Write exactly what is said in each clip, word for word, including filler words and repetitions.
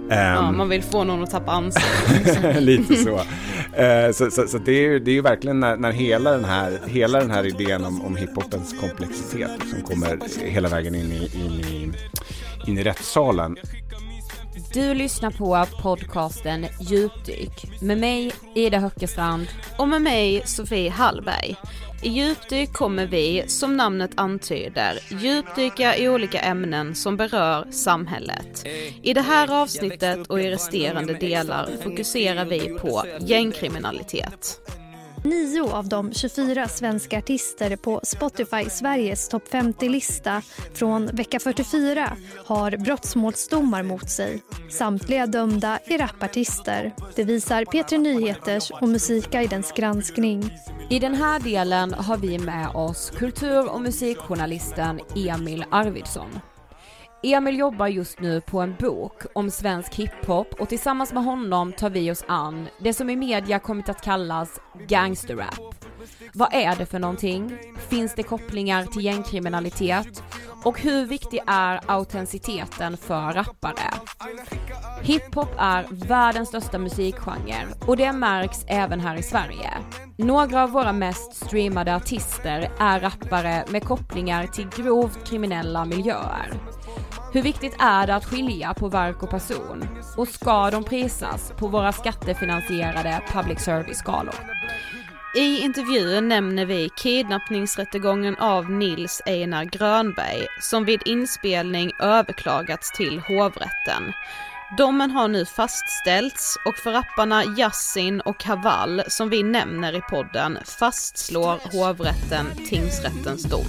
Ja, man vill få någon att tappa ansiktet. Lite så. Uh, så så, så det, är ju, det är ju verkligen när, när hela, den här, hela den här idén om, om hiphopens komplexitet som kommer hela vägen in i, in i, in i rättssalen. Du lyssnar på podcasten Djupdyk med mig Ida Höckestrand och med mig Sofie Hallberg. I Djupdyk kommer vi, som namnet antyder, djupdyka i olika ämnen som berör samhället. I det här avsnittet och i resterande delar fokuserar vi på gängkriminalitet. Nio av de tjugofyra svenska artister på Spotify Sveriges topp femtio-lista från vecka fyrtiofyra har brottsmålsdomar mot sig. Samtliga dömda är rapartister. Det visar P tre Nyheters och Musikguidens granskning. I den här delen har vi med oss kultur- och musikjournalisten Emil Arvidsson. Emil jobbar just nu på en bok om svensk hiphop och tillsammans med honom tar vi oss an det som i media kommit att kallas gangsterrap. Vad är det för någonting? Finns det kopplingar till gängkriminalitet? Och hur viktig är autenticiteten för rappare? Hiphop är världens största musikgenre och det märks även här i Sverige. Några av våra mest streamade artister är rappare med kopplingar till grovt kriminella miljöer. Hur viktigt är det att skilja på verk och person? Och ska de prisas på våra skattefinansierade public service-skalor? I intervjun nämner vi kidnappningsrättegången av Nils Einar Grönberg som vid inspelning överklagats till hovrätten. Domen har nu fastställts och för rapparna Yassin och Haval som vi nämner i podden fastslår hovrätten tingsrättens dom.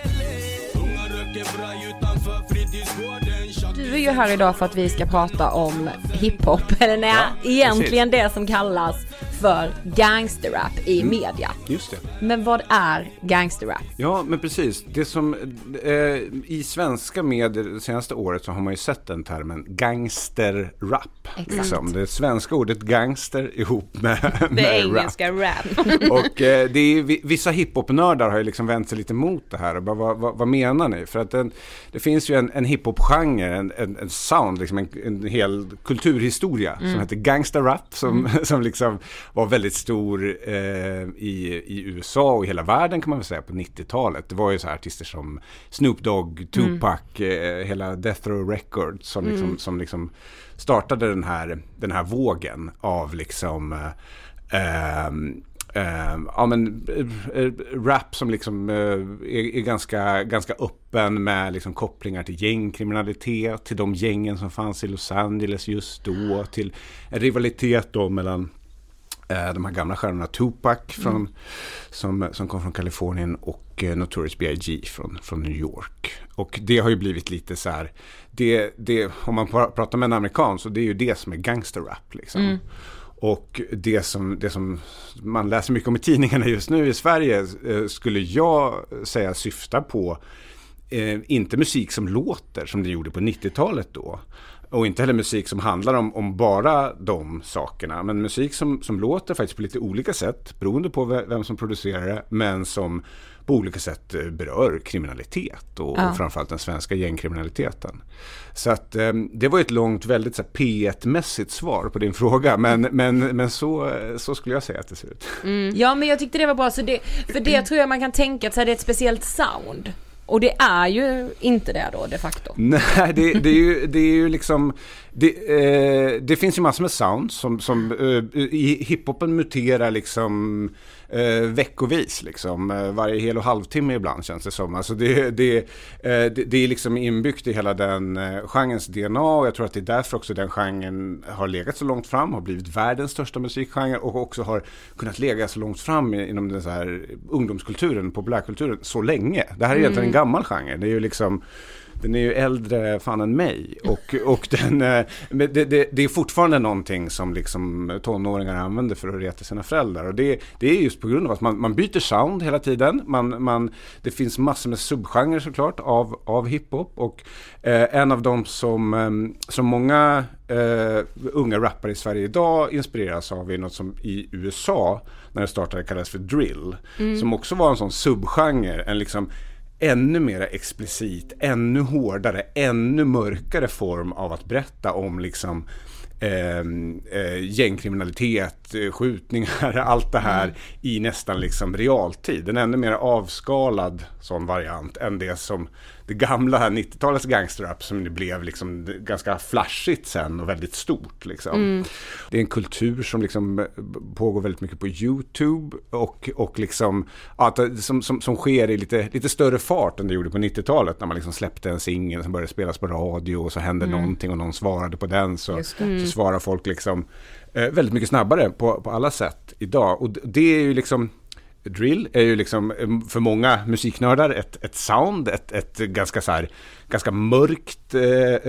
Du är ju här idag för att vi ska prata om hiphop, eller nej, ja, egentligen precis. Det som kallas för gangsterrap i mm. media. Just det. Men vad är gangsterrap? Ja, men precis. Det som eh, i svenska medier det senaste året så har man ju sett den termen gangsterrap. Liksom. Det svenska ordet gangster ihop med, det med engelska rap. rap. Och eh, det är, vissa hiphopnördar har ju liksom vänt sig lite mot det här. Och bara, vad, vad, vad menar ni? För att den, det finns ju en, en hiphop-genre, en, en, en sound, liksom en, en hel kulturhistoria mm. som heter gangsterrap som, mm. som liksom var väldigt stor eh, i, i U S A och i hela världen kan man väl säga på nittiotalet. Det var ju så här artister som Snoop Dogg, Tupac, mm. eh, hela Death Row Records som liksom, mm. som liksom startade den här, den här vågen av liksom eh, eh, ja men eh, rap som liksom eh, är, är ganska, ganska öppen med liksom kopplingar till gängkriminalitet, till de gängen som fanns i Los Angeles just då, till en rivalitet då mellan de här gamla stjärnorna Tupac från, mm. som, som kom från Kalifornien och uh, Notorious B I G från, från New York. Och det har ju blivit lite så här, det, det, om man pratar med en amerikan så det är ju det som är gangsterrap liksom. Mm. Och det som, det som man läser mycket om i tidningarna just nu i Sverige eh, skulle jag säga syfta på eh, inte musik som låter som det gjorde på nittiotalet då. Och inte heller musik som handlar om, om bara de sakerna. Men musik som, som låter faktiskt på lite olika sätt. Beroende på vem som producerar det. Men som på olika sätt berör kriminalitet. Och, ja. och framförallt den svenska gängkriminaliteten. Så att eh, det var ett långt, väldigt så här, P ett-mässigt svar på din fråga. Men, men, men så, så skulle jag säga att det ser ut. Mm. Ja, men jag tyckte det var bra. Så det, för det tror jag man kan tänka att så här, det är ett speciellt sound. Och det är ju inte det då de facto. Nej, det, det, är, ju, det är ju liksom det, eh, det finns ju massor med sound som, som eh, i hiphopen muterar liksom eh, veckovis liksom, eh, varje hel och halvtimme ibland känns det som. Alltså det, det, eh, det, det är liksom inbyggt i hela den eh, genrens D N A och jag tror att det är därför också den genren har legat så långt fram, har blivit världens största musikgenre och också har kunnat lägga så långt fram inom den så här ungdomskulturen, populärkulturen så länge. Det här är egentligen en gammal genre. Det är ju liksom den är ju äldre fan än mig och, och den, det, det, det är fortfarande någonting som liksom tonåringar använder för att reta sina föräldrar och det, det är just på grund av att man, man byter sound hela tiden, man, man, det finns massor med subgenrer såklart av, av hiphop och eh, en av dem som, eh, som många eh, unga rappare i Sverige idag inspireras av är något som i U S A när det startade kallas för drill mm. som också var en sån subgenre, en liksom ännu mer explicit, ännu hårdare, ännu mörkare form av att berätta om liksom eh, eh, gängkriminalitet, skjutningar, allt det här mm. i nästan liksom realtid. En ännu mer avskalad sån variant än det som det gamla här nittiotalets gangsterrap som det blev liksom ganska flashigt sen och väldigt stort liksom. Mm. Det är en kultur som liksom pågår väldigt mycket på YouTube och, och liksom ja, som, som, som sker i lite, lite större fart än det gjorde på nittiotalet när man liksom släppte en singel som började spelas på radio och så hände mm. någonting och någon svarade på den så, mm. så svarar folk liksom eh, väldigt mycket snabbare på, på alla sätt idag och det är ju liksom drill är ju liksom för många musiknördar ett, ett sound, ett, ett ganska så här, ganska mörkt eh,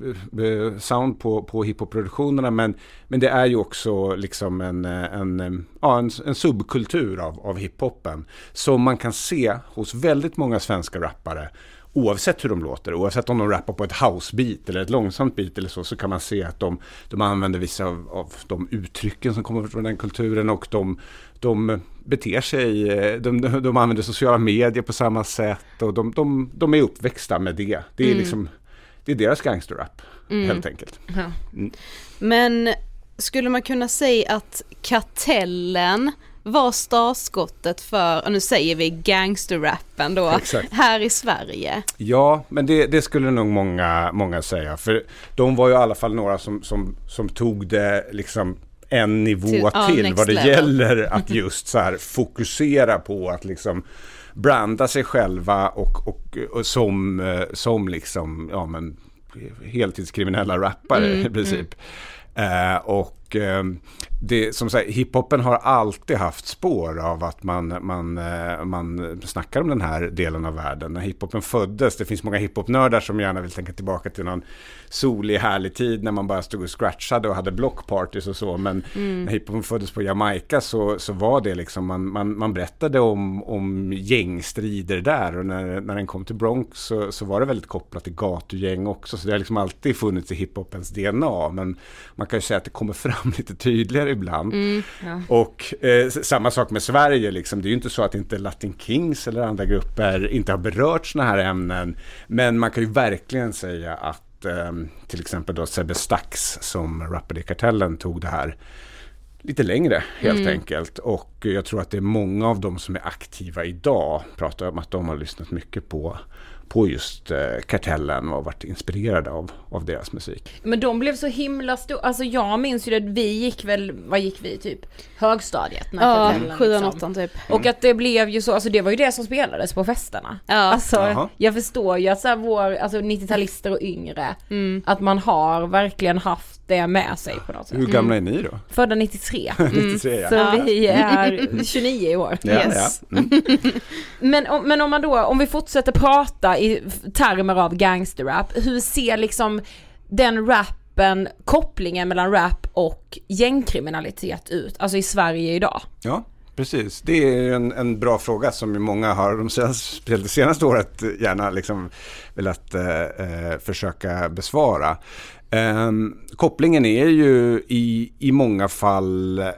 eh, sound på, på hiphop-produktionerna men, men det är ju också liksom en, en, ja, en, en subkultur av, av hiphopen som man kan se hos väldigt många svenska rappare oavsett hur de låter, oavsett om de rappar på ett housebeat eller ett långsamt beat eller så, så kan man se att de, de använder vissa av, av de uttrycken som kommer från den kulturen och de, de beter sig, de, de använder sociala medier på samma sätt och de, de, de är uppväxta med det. Det är mm. liksom, det är deras gangsterrap mm. helt enkelt. Ja. Mm. Men skulle man kunna säga att Kartellen var startskottet för, och nu säger vi gangsterrappen då, exakt. Här i Sverige. Ja, men det, det skulle nog många, många säga. För de var ju i alla fall några som, som, som tog det liksom en nivå till, till vad det level. Gäller att just så här fokusera på att liksom branda sig själva och, och, och som, som liksom, ja men heltidskriminella rappare mm, i princip. Mm. Uh, och uh, det, som sagt, hiphopen har alltid haft spår av att man, man, uh, man snackar om den här delen av världen. När hiphopen föddes, det finns många hiphopnördar som gärna vill tänka tillbaka till någon solig, härlig tid när man bara stod och scratchade och hade blockpartys och så. Men mm. när hiphopen föddes på Jamaica så, så var det liksom, man, man, man berättade om, om gängstrider där. Och när, när den kom till Bronx så, så var det väldigt kopplat till gatugäng också. Så det har liksom alltid funnits i hiphopens D N A. Men man kan ju säga att det kommer fram lite tydligare ibland. Mm, ja. Och eh, samma sak med Sverige. Liksom. Det är ju inte så att inte Latin Kings eller andra grupper inte har berört såna här ämnen. Men man kan ju verkligen säga att eh, till exempel då Sebbe Stax som rappade i Kartellen tog det här lite längre helt mm. enkelt. Och jag tror att det är många av dem som är aktiva idag pratar om att de har lyssnat mycket på på just eh, Kartellen och varit inspirerade av, av deras musik. Men de blev så himla stor. Alltså jag minns ju det, vi gick väl, vad gick vi typ? Högstadiet. När ja, sjuan, åttan typ. Mm. Och att det blev ju så, alltså det var ju det som spelades på festerna. Ja. Alltså Jaha. Jag förstår ju att så här vår, alltså nittio-talister och yngre, mm. att man har verkligen haft det med sig på något sätt. Hur gamla är ni då? Födda nittiotre. Mm. nittiotre ja. Så ja. Vi är tjugonio i år. Ja, yes. ja. Mm. men, om, men om man då, om vi fortsätter prata i termer av gangsterrap, hur ser liksom den rappen, kopplingen mellan rap och gängkriminalitet ut, alltså i Sverige idag? Ja, precis. Det är en, en bra fråga som många har de senaste, det senaste året gärna liksom velat eh, försöka besvara. Eh, kopplingen är ju i, i många fall eh,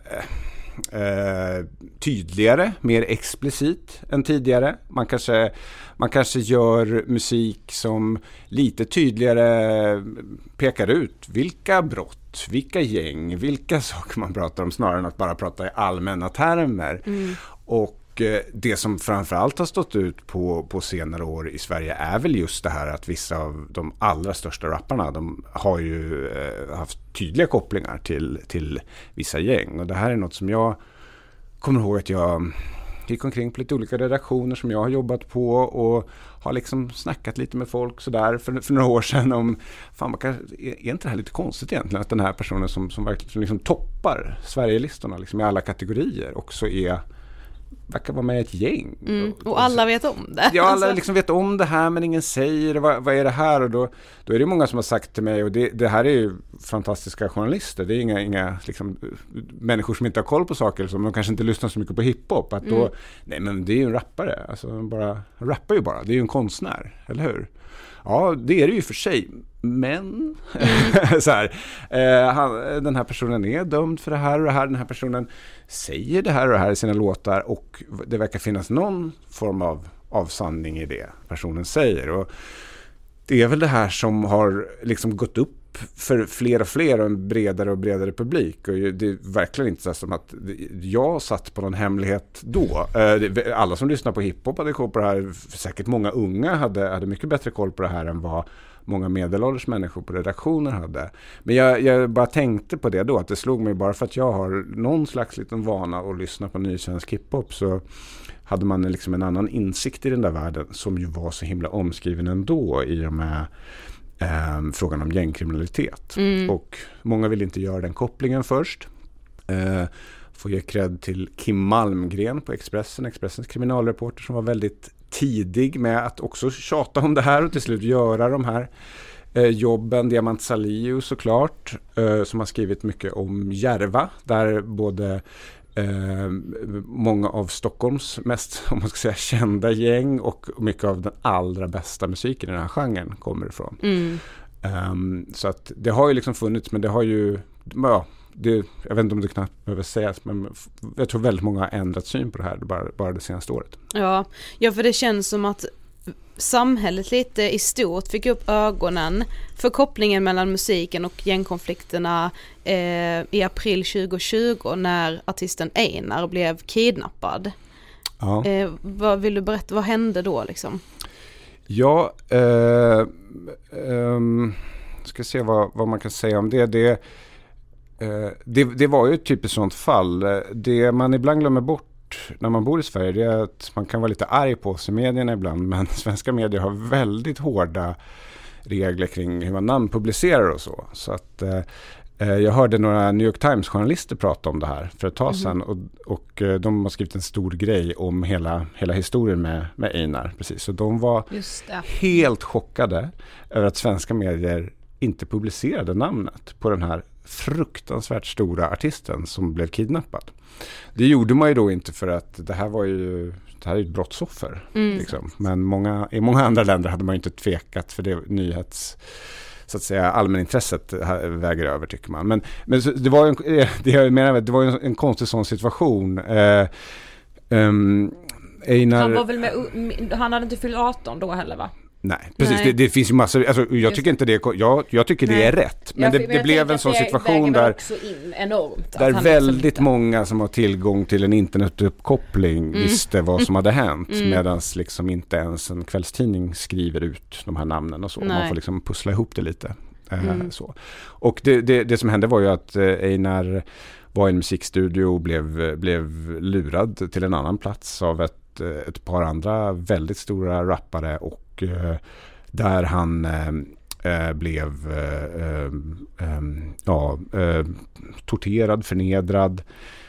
Eh, tydligare, mer explicit än tidigare. Man kanske, man kanske gör musik som lite tydligare pekar ut vilka brott, vilka gäng, vilka saker man pratar om snarare än att bara prata i allmänna termer. Mm. Och det som framförallt har stått ut på, på senare år i Sverige är väl just det här att vissa av de allra största rapparna, de har ju eh, haft tydliga kopplingar till, till vissa gäng. Och det här är något som jag kommer ihåg att jag gick omkring på lite olika redaktioner som jag har jobbat på och har liksom snackat lite med folk sådär för, för några år sedan om, fan man kan, är inte det här lite konstigt egentligen att den här personen som, som verkligen som liksom toppar Sverigelistorna liksom i alla kategorier också är verkar vara med i ett gäng. Mm, och alla vet om det. Ja, alla liksom vet om det här men ingen säger vad, vad är det här och då, då är det många som har sagt till mig och det, det här är ju fantastiska journalister. Det är inga, inga liksom, människor som inte har koll på saker som de kanske inte lyssnar så mycket på hiphop att då, mm. nej men det är ju en rappare. Alltså bara, rappar ju bara. Det är ju en konstnär, eller hur? Ja, det är det ju för sig. Men mm. så här, eh, han, den här personen är dömd för det här och det här. Den här personen säger det här och det här i sina låtar och det verkar finnas någon form av av sanning i det personen säger. Och det är väl det här som har liksom gått upp för fler och fler och en bredare och bredare publik. Och det är verkligen inte så som att jag satt på någon hemlighet då. Alla som lyssnar på hiphop hade koll på det här. Säkert många unga hade, hade mycket bättre koll på det här än vad många medelålders människor på redaktioner hade. Men jag, jag bara tänkte på det då, att det slog mig bara för att jag har någon slags liten vana att lyssna på ny svensk hiphop, så hade man liksom en annan insikt i den där världen som ju var så himla omskriven ändå i och med eh, frågan om gängkriminalitet. Mm. Och många vill inte göra den kopplingen först. Eh, får ge cred till Kim Malmgren på Expressen, Expressens kriminalreporter, som var väldigt tidig med att också tjata om det här och till slut göra de här eh, jobben. Diamant Salihu såklart, eh, som har skrivit mycket om Järva, där både eh, många av Stockholms mest, om man ska säga, kända gäng och mycket av den allra bästa musiken i den här genren kommer ifrån. Mm. Um, så att det har ju liksom funnits, men det har ju, ja, det, jag vet inte om det knappt behöver sägas, men jag tror väldigt många har ändrat syn på det här bara, bara det senaste året. Ja, ja, för det känns som att samhället lite i stort fick upp ögonen för kopplingen mellan musiken och gängkonflikterna eh, i april tjugohundratjugo när artisten Einar blev kidnappad. Ja. Eh, vad vill du berätta, vad hände då liksom? Ja, eh, eh, ska se vad, vad man kan säga om det. Det Det, det var ju ett typiskt sånt fall. Det man ibland glömmer bort när man bor i Sverige, det är att man kan vara lite arg på sig i medierna ibland, men svenska medier har väldigt hårda regler kring hur man namnpublicerar och så. Så att eh, jag hörde några New York Times-journalister prata om det här för ett tag sedan, mm. och, och de har skrivit en stor grej om hela, hela historien med, med Einar. Precis. Så de var helt chockade över att svenska medier inte publicerade namnet på den här fruktansvärt stora artisten som blev kidnappad. Det gjorde man ju då inte för att det här var ju det här är ett brottsoffer. Mm. Liksom. Men många, i många andra länder hade man ju inte tvekat, för det nyhets, så att säga, allmänintresset väger över, tycker man. Men, men det var ju en, det jag menar, det var ju en, en konstig sån situation. Eh, um, Einar, han var väl med, han hade inte fyllt arton då heller, va? Nej, precis. Nej. Det, det finns ju massor, alltså, jag tycker inte det, jag, jag tycker det är rätt. Men ja, det, det blev en sån situation där, in enormt, där väldigt liksom många som har tillgång till en internetuppkoppling mm. visste vad som hade hänt, mm. medan liksom inte ens en kvällstidning skriver ut de här namnen och så. Nej. Man får liksom pussla ihop det lite. Mm. Eh, så. Och det, det, det som hände var ju att eh, Einar var i en musikstudio och blev, blev lurad till en annan plats av ett, ett par andra väldigt stora rappare, och där han äh, blev äh, äh, ja, äh, torterad, förnedrad,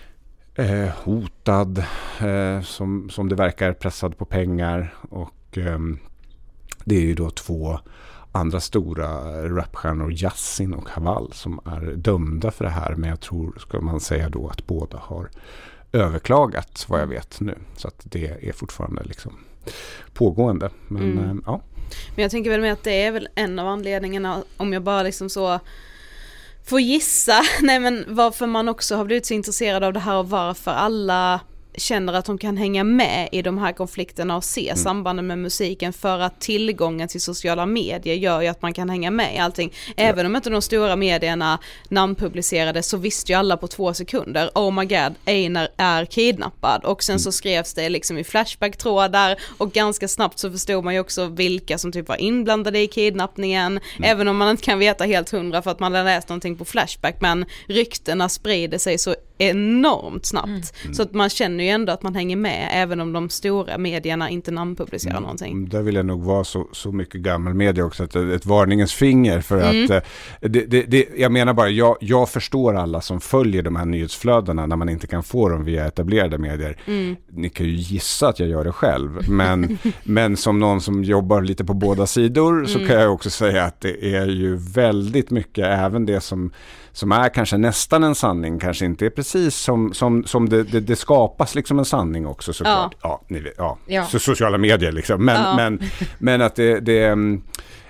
äh, hotad, äh, som, som det verkar, pressad på pengar. Och äh, det är ju då två andra stora rapstjärnor, Yasin och Haval, som är dömda för det här. Men jag tror, ska man säga då, att båda har överklagat, vad jag vet nu. Så att det är fortfarande liksom pågående. Men, mm. äh, ja. Men jag tänker väl med att det är väl en av anledningarna, om jag bara liksom så får gissa, nej men varför man också har blivit så intresserad av det här, och varför alla känner att de kan hänga med i de här konflikterna och se mm. sambanden med musiken, för att tillgången till sociala medier gör ju att man kan hänga med i allting. Även ja. om inte de stora medierna namnpublicerade, så visste ju alla på två sekunder, oh my god, Einar är kidnappad. Och sen mm. så skrevs det liksom i Flashback-trådar, och ganska snabbt så förstod man ju också vilka som typ var inblandade i kidnappningen. Mm. Även om man inte kan veta helt hundra för att man har läst någonting på Flashback, men ryktena sprider sig så enormt snabbt. Mm. Så att man känner ju ändå att man hänger med, även om de stora medierna inte namnpublicerar mm. någonting. Där vill jag nog vara så, så mycket gammal media också, att ett varningens finger, för mm. att det, det, det, jag menar bara, jag, jag förstår alla som följer de här nyhetsflödena när man inte kan få dem via etablerade medier. Mm. Ni kan ju gissa att jag gör det själv, men, men som någon som jobbar lite på båda sidor mm. så kan jag också säga att det är ju väldigt mycket, även det som som är kanske nästan en sanning, kanske inte är precis som, som, som det, det, det skapas liksom en sanning också, såklart. Ja, ja, ni vet, ja. ja. Så sociala medier liksom. Men, ja. men, men att det, det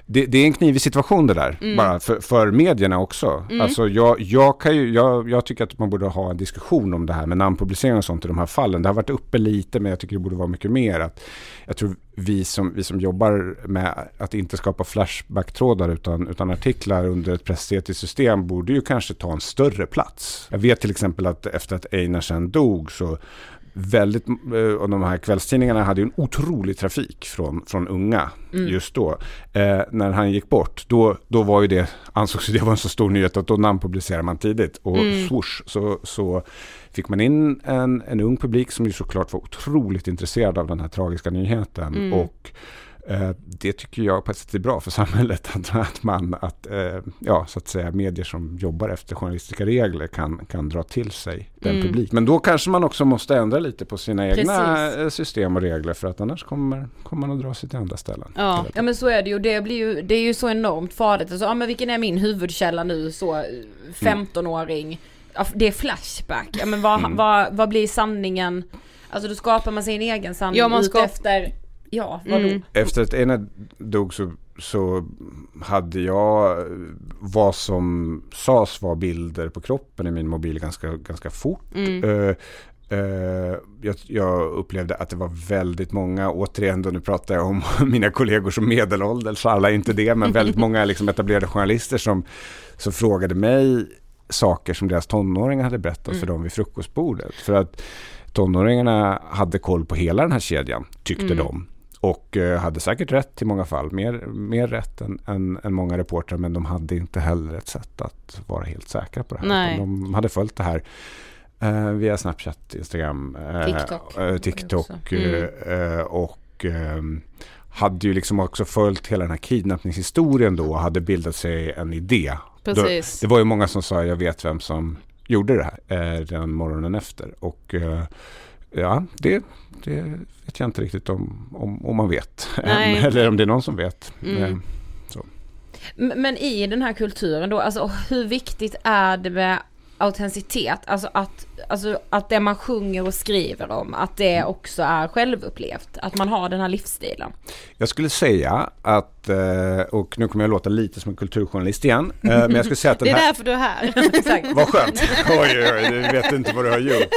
det, det är en knivig situation det där, mm. bara för, för medierna också. Mm. Alltså jag, jag, kan ju, jag, jag tycker att man borde ha en diskussion om det här med namnpublicering och sånt i de här fallen. Det har varit uppe lite, men jag tycker det borde vara mycket mer. Att jag tror vi som, vi som jobbar med att inte skapa flashbacktrådar utan, utan artiklar under ett pressetiskt system borde ju kanske ta en större plats. Jag vet till exempel att efter att Einar sen dog så väldigt, och de här kvällstidningarna hade ju en otrolig trafik från, från unga mm. just då. Eh, när han gick bort, då, då var ju det, ansågs det var en så stor nyhet att då namnpublicerar man tidigt. Och mm. swoosh, så, så fick man in en, en ung publik som ju såklart var otroligt intresserad av den här tragiska nyheten. Mm. Och eh, det tycker jag på ett sätt är bra för samhället att, att man, att eh, ja, så att säga medier som jobbar efter journalistiska regler kan, kan dra till sig den mm. publik. Men då kanske man också måste ändra lite på sina Precis. egna system och regler för att annars kommer, kommer man att dra sig till andra ställen. Ja, ja men så är det ju. Det, blir ju, det är ju så enormt farligt. Alltså, ja, men vilken är min huvudkälla nu? Så femtonåring. Mm. Ja, det är Flashback. Ja, men vad, mm. vad, vad blir sanningen? Alltså då skapar man sin egen sanning ja, man skap- ut efter... Ja, vadå? Mm. Efter att Einar dog så, så hade jag vad som sades var bilder på kroppen i min mobil ganska, ganska fort. Mm. Uh, uh, jag, jag upplevde att det var väldigt många, återigen då nu pratar jag om mina kollegor som medelålder, så alla är inte det, men väldigt många liksom etablerade journalister som, som frågade mig saker som deras tonåringar hade berättat mm. för dem vid frukostbordet. För att tonåringarna hade koll på hela den här kedjan, tyckte mm. de. Och eh, hade säkert rätt i många fall. Mer, mer rätt än, än, än många reportrar. Men de hade inte heller ett sätt att vara helt säkra på det här. Nej. De hade följt det här eh, via Snapchat, Instagram, eh, TikTok, eh, TikTok mm. eh, och eh, hade ju liksom också följt hela den här kidnappningshistorien då och hade bildat sig en idé. Precis. Då, det var ju många som sa jag vet vem som gjorde det här eh, den morgonen efter. Och eh, ja, det, det vet jag inte riktigt om, om, om man vet. Nej. Eller om det är någon som vet. Mm. Så. Men i den här kulturen då, alltså hur viktigt är det med autenticitet? Alltså att, alltså att det man sjunger och skriver om, att det också är självupplevt. Att man har den här livsstilen. Jag skulle säga att, och nu kommer jag låta lite som en kulturjournalist igen, men jag skulle säga att den här... Det är här... därför du är här. Exakt. Vad skönt. Oj, oj, oj, du vet inte vad du har gjort.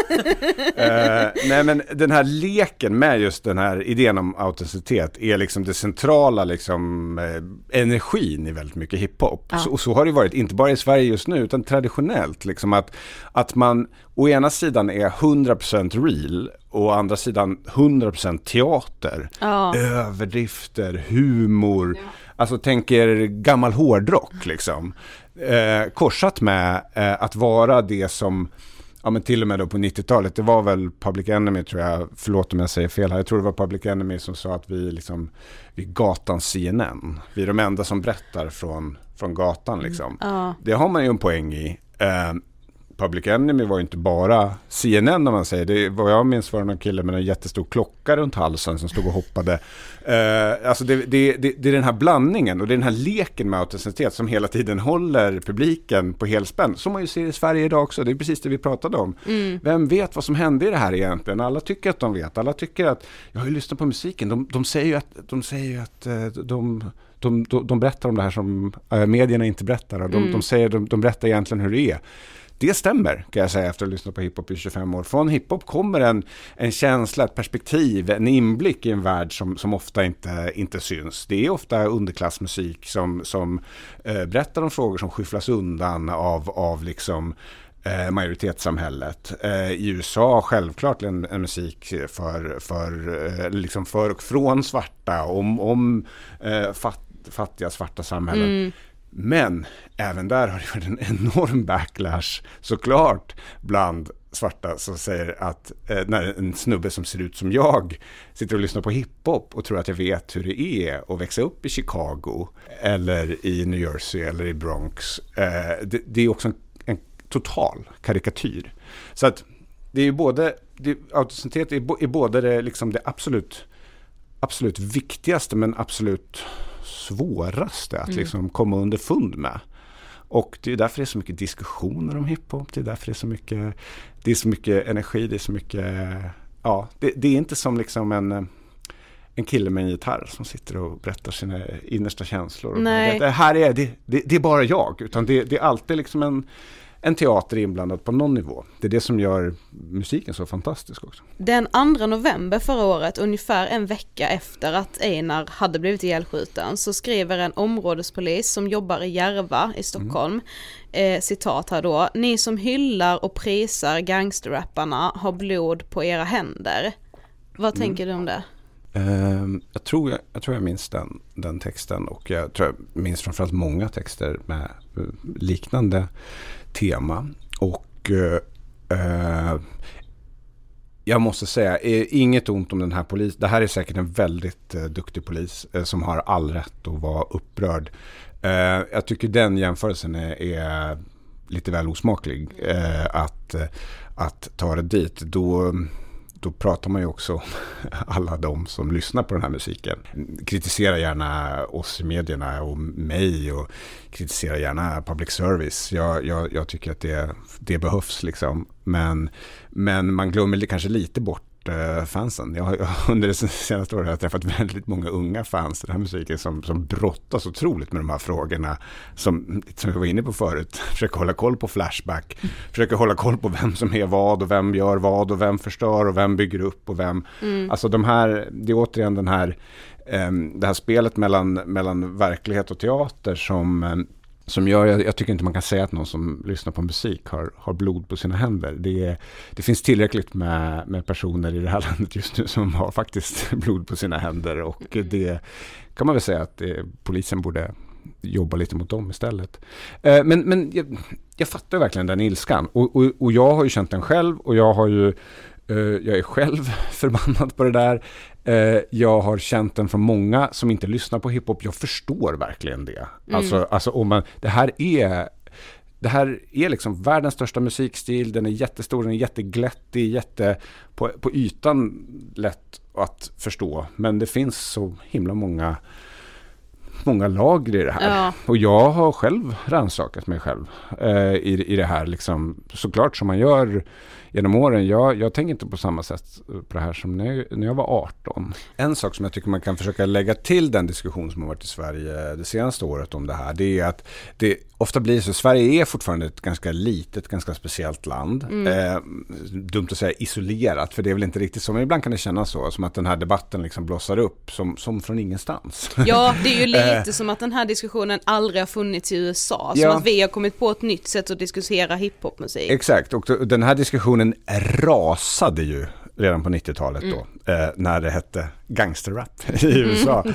uh, nej, men den här leken med just den här idén om autenticitet är liksom det centrala liksom, eh, energin i väldigt mycket hiphop. Ja. Så, och så har det varit, inte bara i Sverige just nu, utan traditionellt. Liksom att, att man å ena sidan är hundra procent real och å andra sidan hundra procent teater. Ja. Överdrifter, humor. Ja. Alltså tänker gammal hårdrock liksom. Eh, korsat med eh, att vara det som, ja men till och med då på nittiotalet, det var väl Public Enemy tror jag, förlåt om jag säger fel här, jag tror det var Public Enemy som sa att vi liksom, vi gatans C N N. Vi är de enda som berättar från, från gatan liksom. Mm. Ja. Det har man ju en poäng i. Eh, Public Enemy var ju inte bara C N N när man säger. Det var jag minns var det någon kille med en jättestor klocka runt halsen som stod och hoppade. Uh, alltså det, det, det, det är den här blandningen och det är den här leken med autenticitet som hela tiden håller publiken på helspänn. Som man ju ser i Sverige idag också. Det är precis det vi pratade om. Mm. Vem vet vad som hände i det här egentligen? Alla tycker att de vet. Alla tycker att, jag har ju lyssnat på musiken. De, de säger ju att, de, säger ju att uh, de, de, de, de berättar om det här som uh, medierna inte berättar. Och de, mm. de, säger, de, de berättar egentligen hur det är. Det stämmer kan jag säga efter att ha lyssnat på hiphop i tjugofem år. Från hiphop kommer en, en känsla, ett perspektiv, en inblick i en värld som, som ofta inte, inte syns. Det är ofta underklassmusik som, som eh, berättar om frågor som skyfflas undan av, av liksom, eh, majoritetssamhället. Eh, I U S A självklart en, en musik för, för, eh, liksom för och från svarta, om, om eh, fatt, fattiga svarta samhällen. Mm. Men även där har det varit en enorm backlash såklart bland svarta som säger att eh, när en snubbe som ser ut som jag sitter och lyssnar på hiphop och tror att jag vet hur det är att växa upp i Chicago eller i New Jersey eller i Bronx. Eh, det, det är också en, en total karikatyr. Så att det är ju både, det, autenticitet är, är både det, liksom det absolut, absolut viktigaste men absolut svåraste att mm. liksom komma under fund med. Och det är därför det är så mycket diskussioner om hiphop. Det är därför det är så mycket, det är så mycket energi, det är så mycket, ja, det, det är inte som liksom en, en kille med en gitarr som sitter och berättar sina innersta känslor. Nej. Det här är, det, det, det är bara jag, utan det, det är alltid liksom en, en teater inblandad på någon nivå. Det är det som gör musiken så fantastisk också. Den andra november förra året, ungefär en vecka efter att Einar hade blivit ihjälskjuten, så skriver en områdespolis som jobbar i Järva i Stockholm, mm. eh, citat här då: ni som hyllar och prisar gangsterrapparna har blod på era händer. Vad mm. tänker du om det? Uh, jag, tror jag, jag tror jag minns den, den texten, och jag tror jag minns framförallt många texter med uh, liknande tema. Och uh, uh, jag måste säga, är inget ont om den här polisen. Det här är säkert en väldigt uh, duktig polis uh, som har all rätt att vara upprörd. Uh, jag tycker den jämförelsen är, är lite väl osmaklig uh, att, uh, att ta det dit. Då... Då pratar man ju också om alla de som lyssnar på den här musiken. Kritisera gärna oss i medierna och mig, och kritisera gärna public service. Jag, jag, jag tycker att det, det behövs liksom. Men, men man glömmer kanske lite bort eh, fansen. Jag, jag, under det senaste året har jag träffat väldigt många unga fans i den här musiken som, som brottas otroligt med de här frågorna. Som, som jag var inne på förut. Försöker hålla koll på Flashback. Mm. Försöker hålla koll på vem som är vad och vem gör vad och vem förstör och vem bygger upp och vem. Mm. Alltså de här, det är återigen den här, eh, det här spelet mellan, mellan verklighet och teater som... Eh, Som gör, jag, jag tycker inte man kan säga att någon som lyssnar på musik har, har blod på sina händer. Det, det finns tillräckligt med, med personer i det här landet just nu som har faktiskt blod på sina händer. Och det kan man väl säga att det, polisen borde jobba lite mot dem istället. Eh, men men jag, jag fattar verkligen den ilskan. Och, och, och jag har ju känt den själv, och jag har ju eh, jag är själv förbannad på det där. Uh, jag har känt den från många som inte lyssnar på hiphop. Jag förstår verkligen det. Mm. Alltså, alltså om man, det här är det här är liksom världens största musikstil. Den är jättestor, den är jätteglättig, jätte på, på ytan lätt att förstå. Men det finns så himla många många lager i det här. Ja. Och jag har själv rannsakat mig själv uh, i, i det här liksom, såklart som man gör genom åren. Jag, jag tänker inte på samma sätt på det här som när, när jag var arton. En sak som jag tycker man kan försöka lägga till den diskussion som har varit i Sverige det senaste året om det här, det är att det ofta blir så. Sverige är fortfarande ett ganska litet, ganska speciellt land. Mm. Eh, dumt att säga isolerat, för det är väl inte riktigt så. Men ibland kan det kännas så, som att den här debatten liksom blossar upp som, som från ingenstans. Ja, det är ju lite som att den här diskussionen aldrig har funnits i U S A. Som ja. att vi har kommit på ett nytt sätt att diskutera hiphopmusik. Exakt, och den här diskussionen rasade ju redan på nittiotalet då, mm. eh, när det hette gangsterrap i U S A.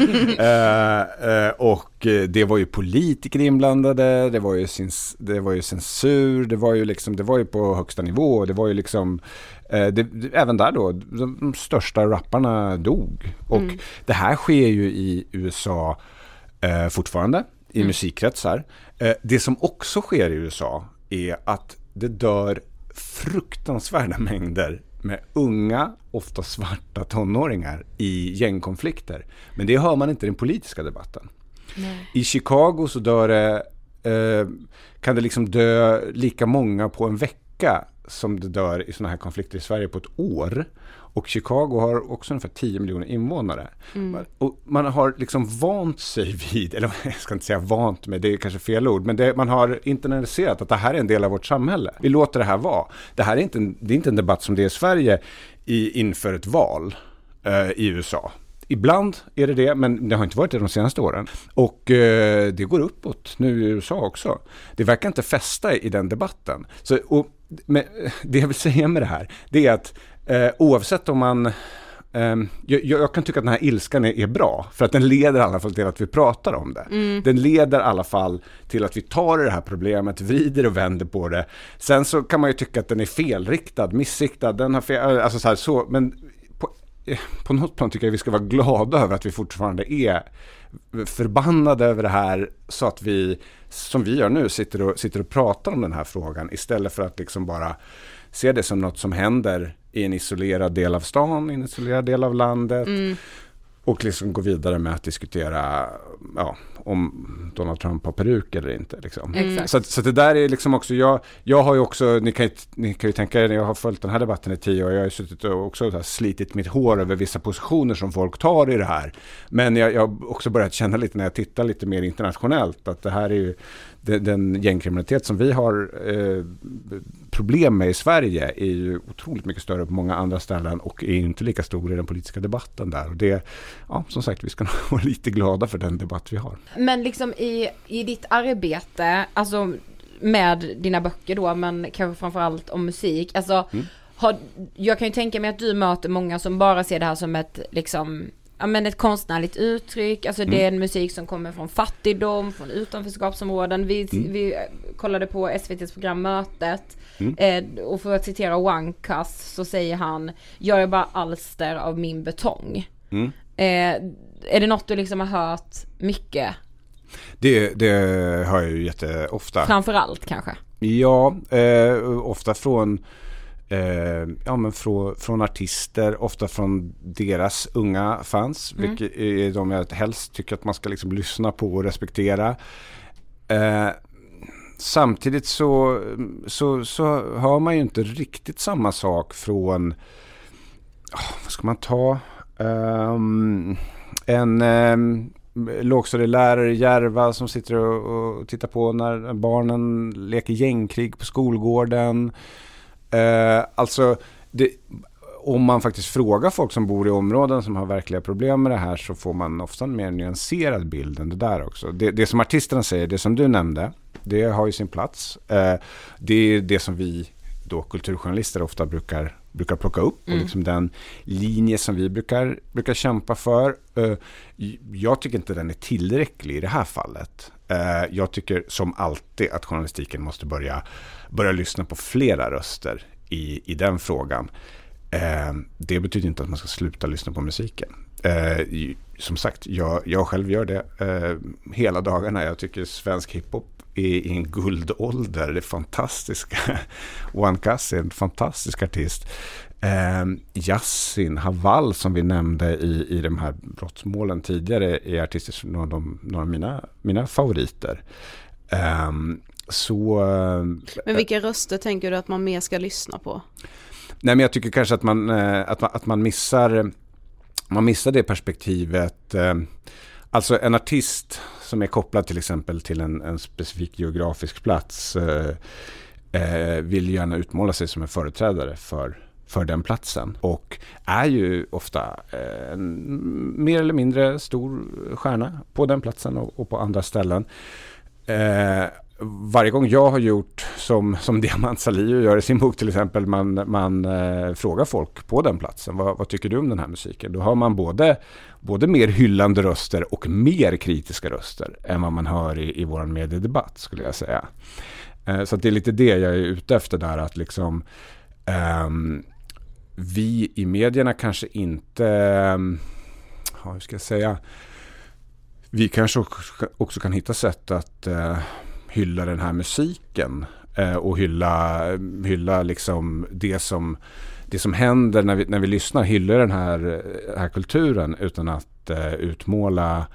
eh, eh, och det var ju politiker inblandade, det var ju, cens- det var ju censur, det var ju liksom, det var ju på högsta nivå, det var ju liksom, eh, det, även där då, de, de största rapparna dog. Och mm. det här sker ju i U S A eh, fortfarande, i mm. musikkretsar. Eh, det som också sker i U S A är att det dör fruktansvärda mängder med unga, ofta svarta tonåringar i gängkonflikter. Men det hör man inte i den politiska debatten. Nej. I Chicago så dör det, eh, kan det liksom dö lika många på en vecka som det dör i såna här konflikter i Sverige på ett år. Och Chicago har också ungefär tio miljoner invånare. Mm. Och man har liksom vant sig vid, eller jag ska inte säga vant med, det är kanske fel ord, men det, man har internaliserat att det här är en del av vårt samhälle. Vi låter det här vara. Det här är inte en, det är inte en debatt som det är i Sverige i, inför ett val eh, i U S A. Ibland är det det, men det har inte varit det de senaste åren. Och eh, det går uppåt nu i U S A också. Det verkar inte fästa i den debatten. Så, och, men, det jag vill säga med det här, det är att eh, oavsett om man... Eh, jag, jag kan tycka att den här ilskan är, är bra. För att den leder i alla fall till att vi pratar om det. Mm. Den leder i alla fall till att vi tar det här problemet, vrider och vänder på det. Sen så kan man ju tycka att den är felriktad, missriktad. Den har fel, alltså så här, så, men... På något plan tycker jag vi ska vara glada över att vi fortfarande är förbannade över det här, så att vi, som vi gör nu, sitter och, sitter och pratar om den här frågan istället för att liksom bara se det som något som händer i en isolerad del av stan, i en isolerad del av landet. Mm. och liksom gå vidare med att diskutera ja, om Donald Trump har peruk eller inte. Liksom. Mm. Så, så det där är liksom också, jag, jag har ju också, ni kan, ni kan ju tänka er, jag har följt den här debatten i tio år, jag har ju suttit och också så här, slitit mitt hår över vissa positioner som folk tar i det här. Men jag, jag har också börjat känna lite när jag tittar lite mer internationellt att det här är ju den, den gängkriminalitet som vi har eh, problem med i Sverige är ju otroligt mycket större på många andra ställen och är inte lika stor i den politiska debatten där. Och det, ja, som sagt, vi ska vara lite glada för den debatt vi har. Men liksom i, i ditt arbete, alltså med dina böcker då, men kanske framförallt om musik, alltså mm. har, jag kan ju tänka mig att du möter många som bara ser det här som ett liksom, ja men ett konstnärligt uttryck, alltså mm. det är en musik som kommer från fattigdom, från utanförskapsområden. Vi, mm. vi kollade på S V T:s program Mötet mm. eh, och för att citera Wankas så säger han, jag är bara alster av min betong. Mm. Eh, är det något du liksom har hört mycket? Det, det hör jag ju jätteofta. Framförallt kanske? Ja, eh, ofta från Eh, ja, men från, från artister, ofta från deras unga fans, mm. vilket är de jag helst tycker att man ska liksom lyssna på och respektera. Eh, samtidigt så, så, så hör man ju inte riktigt samma sak från, oh, vad ska man ta, um, en um, lågstadielärare i Järva som sitter och, och tittar på när barnen leker gängkrig på skolgården. Eh, alltså det, om man faktiskt frågar folk som bor i områden som har verkliga problem med det här så får man ofta en mer nyanserad bild än det där också. Det, det som artisterna säger, det som du nämnde, det har ju sin plats. Eh, det är det som vi då kulturjournalister ofta brukar, brukar plocka upp mm. och liksom den linje som vi brukar, brukar kämpa för. Eh, jag tycker inte den är tillräcklig i det här fallet. Eh, jag tycker som alltid att journalistiken måste börja börja lyssna på flera röster i, i den frågan. Eh, det betyder inte att man ska sluta lyssna på musiken. Eh, som sagt, jag, jag själv gör det eh, hela dagarna. Jag tycker svensk hiphop är i en guldålder. Det är fantastiska. Wankas är en fantastisk artist. Eh, Yasin, Haval som vi nämnde i, i de här brottsmålen tidigare är artister som några av, de, några av mina, mina favoriter. Eh, Så, men vilka röster tänker du att man mer ska lyssna på? Nej, men jag tycker kanske att man, att man, att man missar man missar det perspektivet. Alltså en artist som är kopplad till exempel till en, en specifik geografisk plats eh, vill gärna utmåla sig som en företrädare för, för den platsen och är ju ofta en mer eller mindre stor stjärna på den platsen och, och på andra ställen. Eh, Varje gång jag har gjort som, som Diamant Salihu gör i sin bok till exempel, man, man eh, frågar folk på den platsen, vad, vad tycker du om den här musiken? Då har man både, både mer hyllande röster och mer kritiska röster än vad man hör i, i vår mediedebatt skulle jag säga. Eh, så att det är lite det jag är ute efter där, att liksom eh, vi i medierna kanske inte, eh, hur ska jag säga, vi kanske också kan hitta sätt att eh, hylla den här musiken eh, och hylla, hylla liksom det som, det som händer när vi, när vi lyssnar, hylla den här, den här kulturen utan att eh, utmåla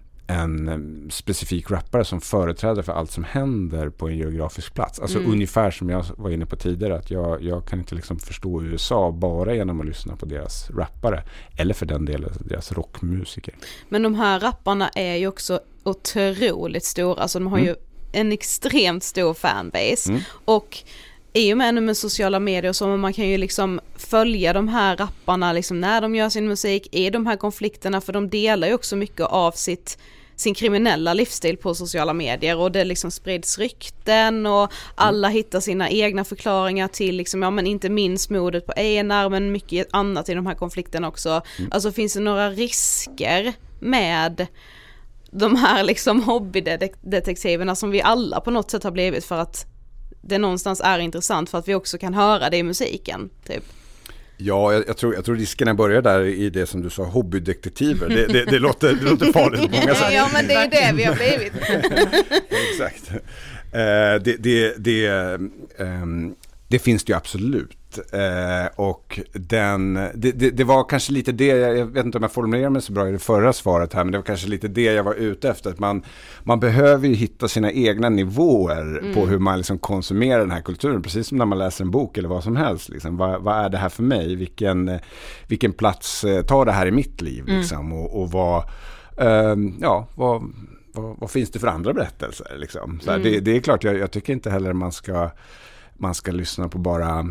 en specifik rappare som företräder för allt som händer på en geografisk plats. Alltså mm. ungefär som jag var inne på tidigare, att jag, jag kan inte liksom förstå U S A bara genom att lyssna på deras rappare eller för den delen deras rockmusiker. Men de här rapparna är ju också otroligt stora, alltså de har mm. ju en extremt stor fanbase mm. och i och med nu med sociala medier så man kan ju liksom följa de här rapparna liksom när de gör sin musik i de här konflikterna, för de delar ju också mycket av sitt sin kriminella livsstil på sociala medier och det liksom sprids rykten och alla mm. hittar sina egna förklaringar till liksom, ja men inte minst mordet på Einar men mycket annat i de här konflikterna också. Mm. Alltså finns det några risker med de här liksom hobbydetektiverna som vi alla på något sätt har blivit för att det någonstans är intressant för att vi också kan höra det i musiken typ? Ja, jag, jag, tror, jag tror riskerna börjar där i det som du sa, hobbydetektiver. Det, det, det, låter, det låter farligt på många sätt. Ja, men det är ju det vi har blivit. Exakt. Uh, det, det, det, um, Det finns det ju absolut. Eh, och den, det, det, det var kanske lite det, jag vet inte om jag formulerar mig så bra i det förra svaret här, men det var kanske lite det jag var ute efter. Att man, man behöver ju hitta sina egna nivåer mm. på hur man liksom konsumerar den här kulturen. Precis som när man läser en bok eller vad som helst. Liksom. Vad, vad är det här för mig? Vilken, vilken plats tar det här i mitt liv? Liksom? Mm. Och, och vad, eh, ja, vad, vad, vad finns det för andra berättelser? Liksom? Så här, mm. det, det är klart, jag, jag tycker inte heller man ska man ska lyssna på bara,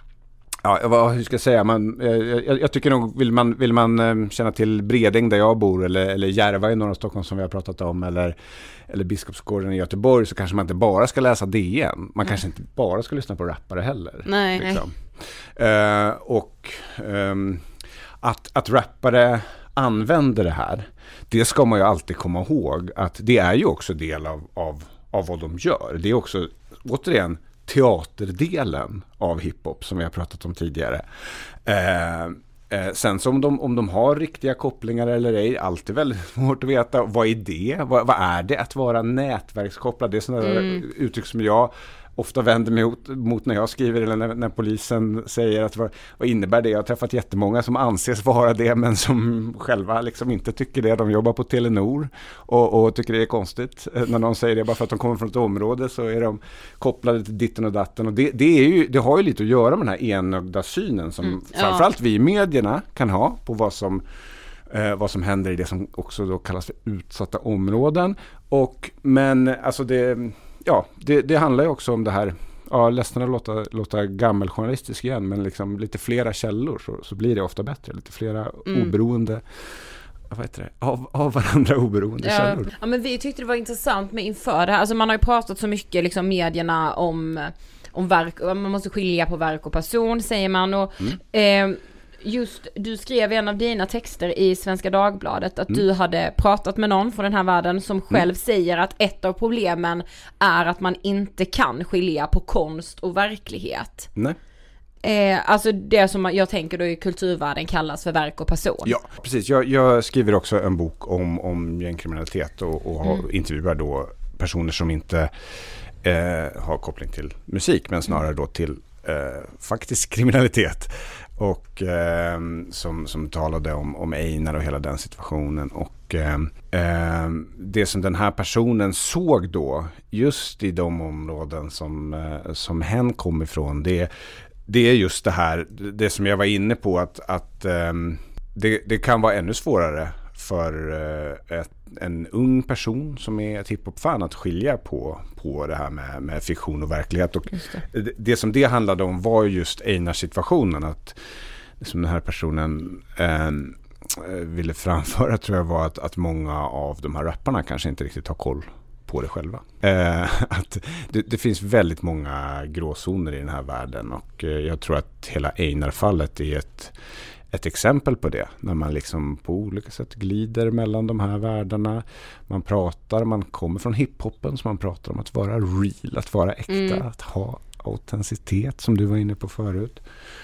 ja, vad, hur ska jag säga, man, jag, jag tycker nog, vill man, vill man känna till Bredäng där jag bor, eller, eller Järva i norra Stockholm som vi har pratat om, eller, eller Biskopsgården i Göteborg, så kanske man inte bara ska läsa D N. Man mm. kanske inte bara ska lyssna på rappare heller. Nej, liksom. nej. Uh, och um, att, att rappare använder det här, det ska man ju alltid komma ihåg, att det är ju också del av, av, av vad de gör. Det är också, återigen, teaterdelen av hiphop som vi har pratat om tidigare. Eh, eh, sen så om de, om de har riktiga kopplingar eller ej, alltid väldigt svårt att veta. Vad är det? Vad, vad är det att vara nätverkskopplad? Det är sådana mm. uttryck som jag ofta vänder mig mot, mot när jag skriver, eller när, när polisen säger att vad, vad innebär det? Jag har träffat jättemånga som anses vara det, men som själva liksom inte tycker det. De jobbar på Telenor och, och tycker det är konstigt. När någon säger det bara för att de kommer från ett område, så är de kopplade till ditten och datten. Och det, det, är ju, det har ju lite att göra med den här enögda synen som mm, ja. framförallt vi i medierna kan ha på vad som Eh, vad som händer i det som också då kallas för utsatta områden. Och, men alltså det, ja, det, det handlar ju också om det här, ja, ledsen att låta, låta gammeljournalistisk igen, men liksom lite flera källor, så, så blir det ofta bättre. Lite flera mm. oberoende, vad heter det? Av, av varandra oberoende ja. källor. Ja, men vi tyckte det var intressant med inför det här. Alltså man har ju pratat så mycket, liksom medierna om, om verk, man måste skilja på verk och person, säger man. Och mm. eh, just, du skrev i en av dina texter i Svenska Dagbladet att mm. du hade pratat med någon från den här världen som själv mm. säger att ett av problemen är att man inte kan skilja på konst och verklighet. Nej. Eh, alltså det som jag tänker då i kulturvärlden kallas för verk och person. Ja, precis. Jag, jag skriver också en bok om, om gängkriminalitet och, och har, mm. intervjuar då personer som inte eh, har koppling till musik, men snarare då till eh, faktisk kriminalitet. Och eh, som, som talade om, om Einar och hela den situationen. Och eh, eh, det som den här personen såg då, just i de områden som, eh, som hen kom ifrån, det, det är just det här, det som jag var inne på, att, att eh, det, det kan vara ännu svårare för eh, ett, en ung person som är ett hiphop-fan att skilja på, på det här med, med fiktion och verklighet. Och det. det som det handlade om var just Einars situationen, att som den här personen eh, ville framföra, tror jag, var att, att många av de här rapparna kanske inte riktigt har koll på det själva. Eh, att det, det finns väldigt många gråzoner i den här världen, och eh, jag tror att hela Einar-fallet är ett Ett exempel på det, när man liksom på olika sätt glider mellan de här världarna. Man pratar, man kommer från hiphopen, så man pratar om att vara real, att vara äkta, mm. att ha autenticitet, som du var inne på förut.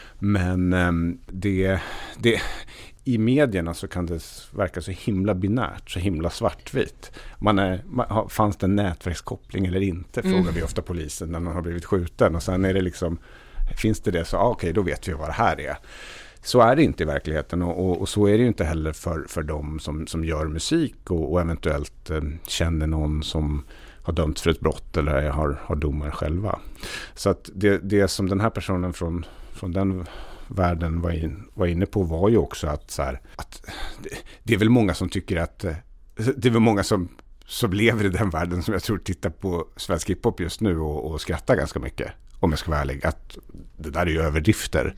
Men um, det, det, i medierna så kan det verka så himla binärt, så himla svartvitt. Man är, man, fanns det en nätverkskoppling eller inte, frågar mm. vi ofta polisen när någon har blivit skjuten. Och sen är det liksom, finns det det, så ah, okej, okay, då vet vi vad det här är. Så är det inte i verkligheten, och, och, och så är det ju inte heller för, för de som, som gör musik och, och eventuellt eh, känner någon som har dömts för ett brott eller har, har domar själva. Så att det, det som den här personen från, från den världen var, in, var inne på var ju också att, så här, att det, det är väl många som tycker att det är väl många som, som lever i den världen som jag tror tittar på svensk hiphop just nu och, och skrattar ganska mycket, om jag ska vara ärlig, att det där är ju överdrifter.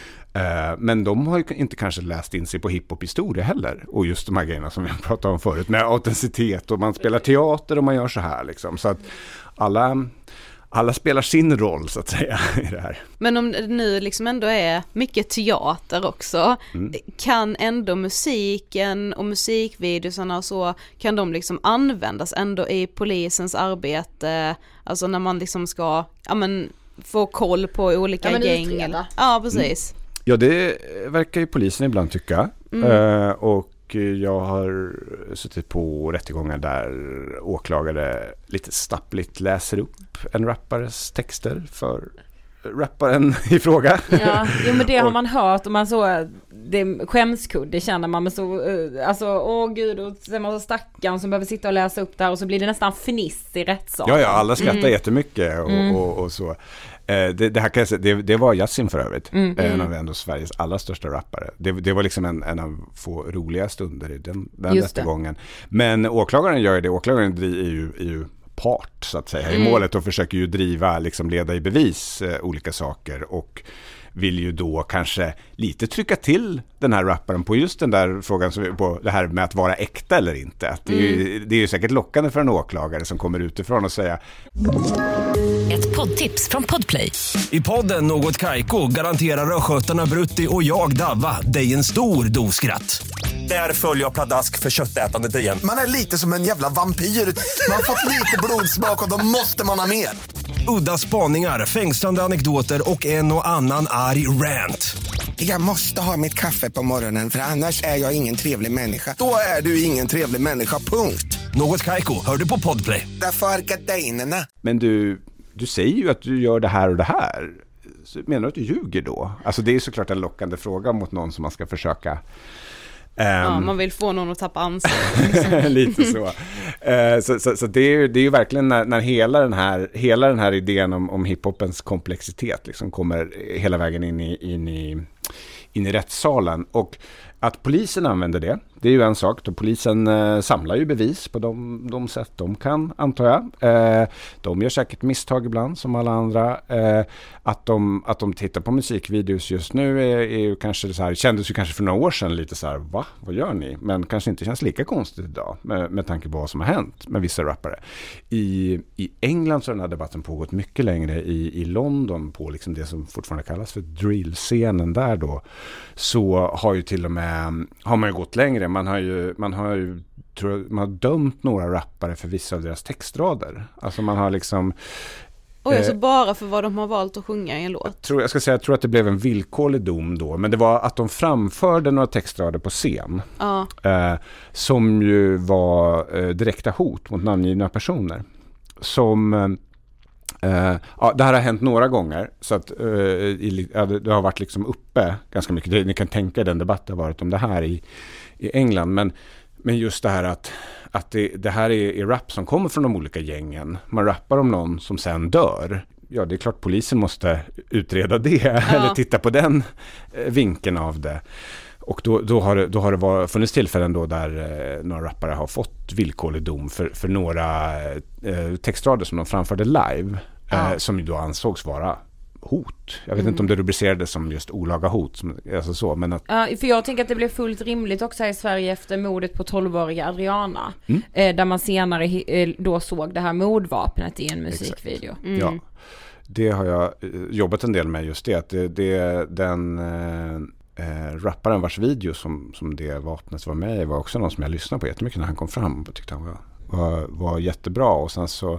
Uh, men de har ju inte kanske läst in sig på hiphop-historia heller. Och just de här grejerna som vi har pratat om förut, med autenticitet, och man spelar teater och man gör så här liksom. Så att alla, alla spelar sin roll, så att säga, i det här. Men om det nu liksom ändå är mycket teater också, mm. kan ändå musiken och musikvideosarna och så, kan de liksom användas ändå i polisens arbete, alltså när man liksom ska, ja men, få koll på olika ja, gäng eller, ja precis. Mm. Ja, det verkar ju polisen ibland tycka. Mm. Uh, och jag har suttit på rättegångar där åklagare lite stappligt läser upp en rappares texter för rapparen i fråga. Ja, jo, men det har man hört och man så det skämskudde känner man med så alltså åh gud och så man så stackaren som behöver sitta och läsa upp där och så blir det nästan fniss i rättssalen. Ja, ja, alla skrattar mm. jättemycket och, mm. och, och så. Eh, det, det här kan jag säga, det, det var Yasin för övrigt. Mm. En av ändå Sveriges allra största rappare. Det, det var liksom en, en av få roliga stunder i den, den rättegången. Men åklagaren gör det, åklagaren är ju, är ju part så att säga mm. i målet och försöker ju driva, liksom leda i bevis eh, olika saker och vill ju då kanske lite trycka till den här rapparen på just den där frågan som, på det här med att vara äkta eller inte. Att det, är ju, det är ju säkert lockande för en åklagare som kommer utifrån och säga ett poddtips från Podplay. I podden Något Kaiko garanterar röskötarna Brutti och jag Davva dig en stor doskratt. Där följer jag pladask för köttätandet igen. Man är lite som en jävla vampyr. Man har fått lite blodsmak och då måste man ha mer. Udda spaningar, fängslande anekdoter och en och annan arg rant. Jag måste ha mitt kaffe på morgonen för annars är jag ingen trevlig människa. Då är du ingen trevlig människa, punkt. Något Kaiko, hör du på Podplay. Därför är gardinerna. Men du, du säger ju att du gör det här och det här. Så menar du att du ljuger då? Alltså det är såklart en lockande fråga mot någon som man ska försöka... Um, ja, man vill få någon att tappa ansvar. Lite så. Uh, så så, så det, är ju, det är ju verkligen när, när hela, den här, hela den här idén om, om hiphopens komplexitet liksom kommer hela vägen in i, in i, in i rättssalen. Och att polisen använder det, det är ju en sak. Då polisen eh, samlar ju bevis på de, de sätt de kan, antar jag. Eh, de gör säkert misstag ibland, som alla andra. Eh, att, de, att de tittar på musikvideos just nu är, är ju kanske så här, kändes ju kanske för några år sedan lite så här, va? Vad gör ni? Men kanske inte känns lika konstigt idag med, med tanke på vad som har hänt med vissa rappare. I, i England så har den här debatten pågått mycket längre. I, i London på liksom det som fortfarande kallas för drill-scenen där då, så har ju till och med har man ju gått längre. Man har ju, man har ju tror jag, man har dömt några rappare för vissa av deras textrader. Alltså man har liksom... Och alltså eh, bara för vad de har valt att sjunga i en låt. Jag, tror, jag ska säga, jag tror att det blev en villkorlig dom då. Men det var att de framförde några textrader på scen. Ja. Eh, som ju var eh, direkta hot mot namngivna personer. Som... Eh, Uh, ja, det här har hänt några gånger så att uh, i, ja, det, det har varit liksom uppe ganska mycket. Det, ni kan tänka den debatten har varit om det här i, i England, men, men just det här att, att det, det här är, är rap som kommer från de olika gängen. Man rappar om någon som sen dör. Ja, det är klart polisen måste utreda det ja. Eller titta på den eh, vinkeln av det. Och då, då har det, då har det var, funnits tillfällen då där eh, några rappare har fått villkorlig dom för, för några eh, textrader som de framförde live eh, ja. Som ju då ansågs vara hot. Jag vet mm. inte om det rubricerades som just olaga hot. Som, alltså så, men att... Ja, för jag tänker att det blev fullt rimligt också här i Sverige efter mordet på tolvåriga Adriana. Mm. Eh, där man senare eh, då såg det här mordvapnet i en musikvideo. Mm. Ja, det har jag eh, jobbat en del med just det. Att det, det den... Eh, Eh, rapparen vars video som, som det vapnet var med i var också någon som jag lyssnade på jättemycket när han kom fram och tyckte han var, var, var jättebra. Och sen så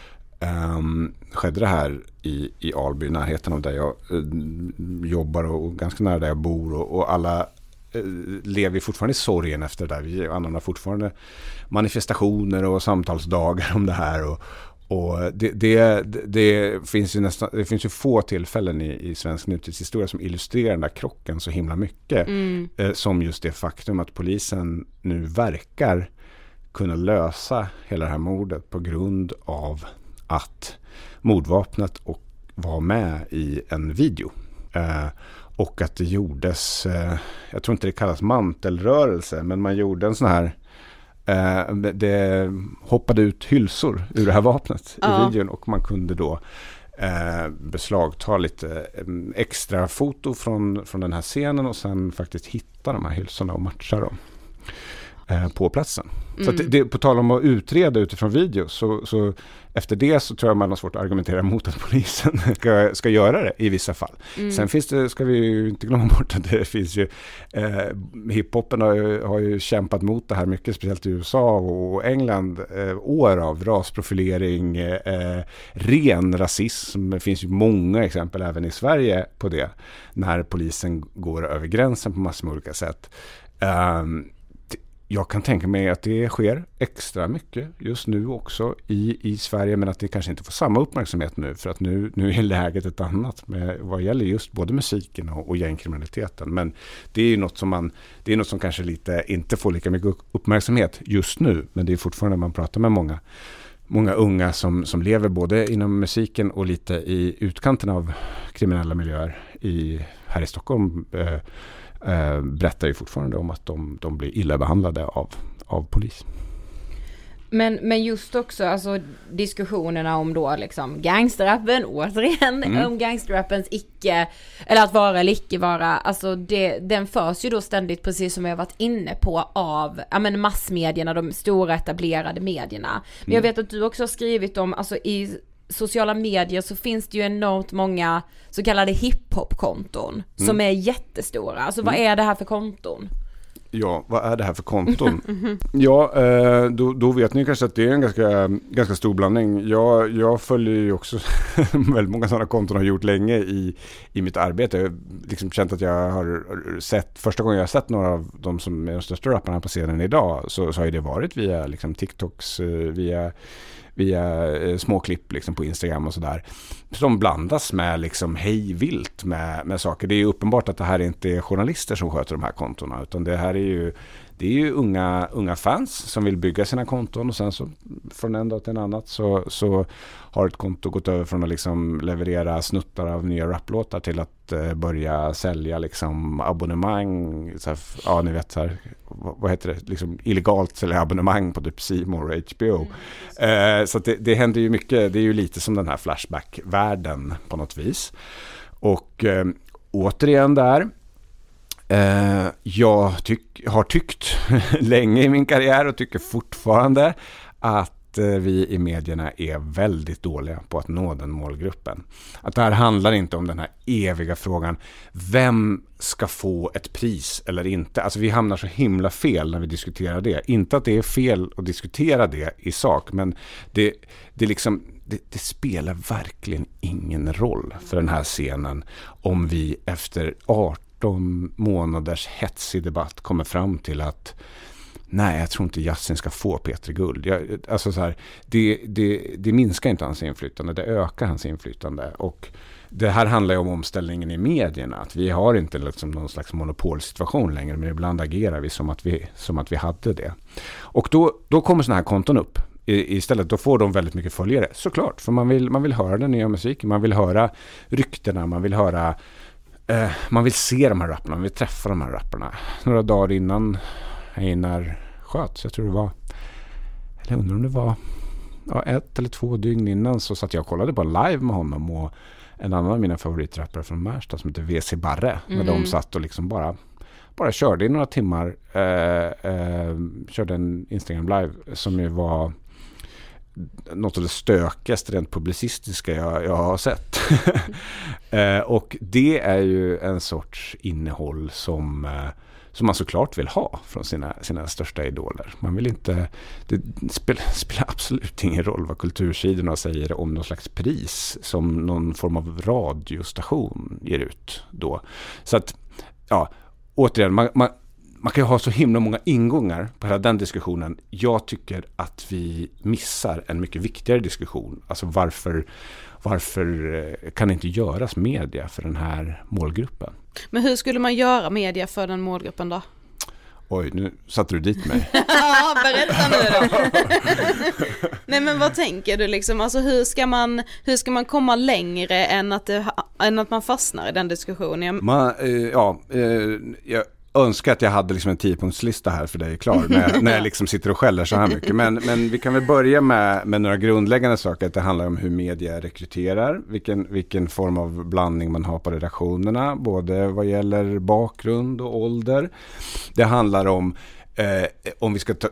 um, skedde det här i, i Alby, närheten av där jag eh, jobbar och, och ganska nära där jag bor och, och alla eh, lever fortfarande i sorgen efter det där. Vi anordnar fortfarande manifestationer och samtalsdagar om det här och Och det, det, det, finns ju nästan, det finns ju få tillfällen i, i svensk nutidshistoria som illustrerar den där krocken så himla mycket. Mm. Eh, som just det faktum att polisen nu verkar kunna lösa hela det här mordet på grund av att mordvapnet och var med i en video. Eh, och att det gjordes, eh, jag tror inte det kallas mantelrörelse, men man gjorde en sån här Uh, det hoppade ut hylsor ur det här vapnet ja. i videon och man kunde då uh, beslagta lite um, extra foto från, från den här scenen och sen faktiskt hitta de här hylsorna och matcha dem uh, på platsen. Mm. Så att det, det, på tal om att utreda utifrån video så, så efter det så tror jag man har svårt att argumentera mot att polisen ska, ska göra det i vissa fall. Mm. Sen finns det, ska vi ju inte glömma bort att det finns ju eh, hiphopen har ju, har ju kämpat mot det här mycket, speciellt i U S A och England, eh, år av rasprofilering, eh, ren rasism. Det finns ju många exempel även i Sverige på det, när polisen går över gränsen på massor med olika sätt. Um, jag kan tänka mig att det sker extra mycket just nu också i, i Sverige, men att det kanske inte får samma uppmärksamhet nu, för att nu, nu är läget ett annat med vad gäller just både musiken och, och gängkriminaliteten. Men det är ju något som man, det är något som kanske lite inte får lika mycket uppmärksamhet just nu, men det är fortfarande man pratar med många många unga som, som lever både inom musiken och lite i utkanten av kriminella miljöer i, här i Stockholm eh, eh, berättar ju fortfarande om att de, de blir illa behandlade av, av polis. Men, men just också alltså, diskussionerna om då liksom gangsterrappen, återigen, mm. om gangsterrappens icke, eller att vara eller icke vara, alltså det, den förs ju då ständigt, precis som jag varit inne på, av ja, men massmedierna, de stora etablerade medierna. Men jag vet att du också har skrivit om, alltså i sociala medier så finns det ju enormt många så kallade hiphop-konton mm. som är jättestora. Alltså vad är det här för konton? Ja, vad är det här för konton? Ja, eh, då, då vet ni kanske att det är en ganska, ganska stor blandning. Jag, jag följer ju också väldigt många sådana konton, har gjort länge i, i mitt arbete. Jag har liksom känt att jag har sett, första gången jag har sett några av de som är de största rapparna på scenen idag, så, så har det varit via liksom, TikToks, via via eh, små klipp liksom, på Instagram och sådär, som blandas med liksom hej vilt med, med saker. Det är ju uppenbart att det här inte är journalister som sköter de här kontona, utan det här är ju, det är ju unga, unga fans som vill bygga sina konton, och sen så från en dag till en annat så, så har ett konto gått över från att liksom leverera snuttar av nya raplåtar till att eh, börja sälja liksom abonnemang, så här, ja ni vet så här, vad, vad heter det, liksom illegalt sälja abonnemang på typ C More och H B O. Mm. Eh, så att det, det händer ju mycket, det är ju lite som den här Flashback-världen på något vis. Och eh, återigen där, Uh, jag tyck, har tyckt länge i min karriär och tycker fortfarande att uh, vi i medierna är väldigt dåliga på att nå den målgruppen. Att det här handlar inte om den här eviga frågan, vem ska få ett pris eller inte? Alltså vi hamnar så himla fel när vi diskuterar det. Inte att det är fel att diskutera det i sak, men det, det liksom Det, det spelar verkligen ingen roll för den här scenen om vi efter arton månaders hetsig debatt kommer fram till att nej, jag tror inte Yasin ska få Peter Guld. Jag, alltså så här, det, det, det minskar inte hans inflytande, det ökar hans inflytande. Och det här handlar ju om omställningen i medierna. Att vi har inte liksom någon slags monopolsituation längre, men ibland agerar vi som att vi, som att vi hade det. Och då, då kommer såna här konton upp. I, istället då får de väldigt mycket följare, såklart. För man vill, man vill höra den nya musiken, man vill höra ryktena, man vill höra eh, man vill se de här rapparna, man vill träffa de här rapparna. Några dagar innan Einar sköts, jag tror det var, eller jag undrar om det var ja, ett eller två dygn innan, så satt jag och kollade på en live med honom och en annan av mina favoritrappare från Märsta som heter V C Barre, mm. när de satt och liksom bara bara körde i några timmar eh, eh, körde en Instagram live som ju var något av det stökigaste rent publicistiska jag, jag har sett. eh, och det är ju en sorts innehåll som, eh, som man såklart vill ha från sina, sina största idoler. Man vill inte, det spelar, spelar absolut ingen roll vad kultursidorna säger om någon slags pris som någon form av radiostation ger ut då. Så att, ja, återigen, man, man Man kan ju ha så himla många ingångar på hela den diskussionen. Jag tycker att vi missar en mycket viktigare diskussion. Alltså varför, varför kan det inte göras media för den här målgruppen? Men hur skulle man göra media för den målgruppen då? Oj, nu satte du dit mig. Ja, berätta nu då. Nej, men vad tänker du liksom? Alltså hur ska man, hur ska man komma längre än att, det, än att man fastnar i den diskussionen? Man, eh, ja, eh, jag önskar att jag hade liksom en tiopunktslista här för dig klar när, när jag liksom sitter och skäller så här mycket. Men, men vi kan väl börja med, med några grundläggande saker. Att det handlar om hur media rekryterar, vilken, vilken form av blandning man har på redaktionerna, både vad gäller bakgrund och ålder. Det handlar om, eh, om vi ska ta, ta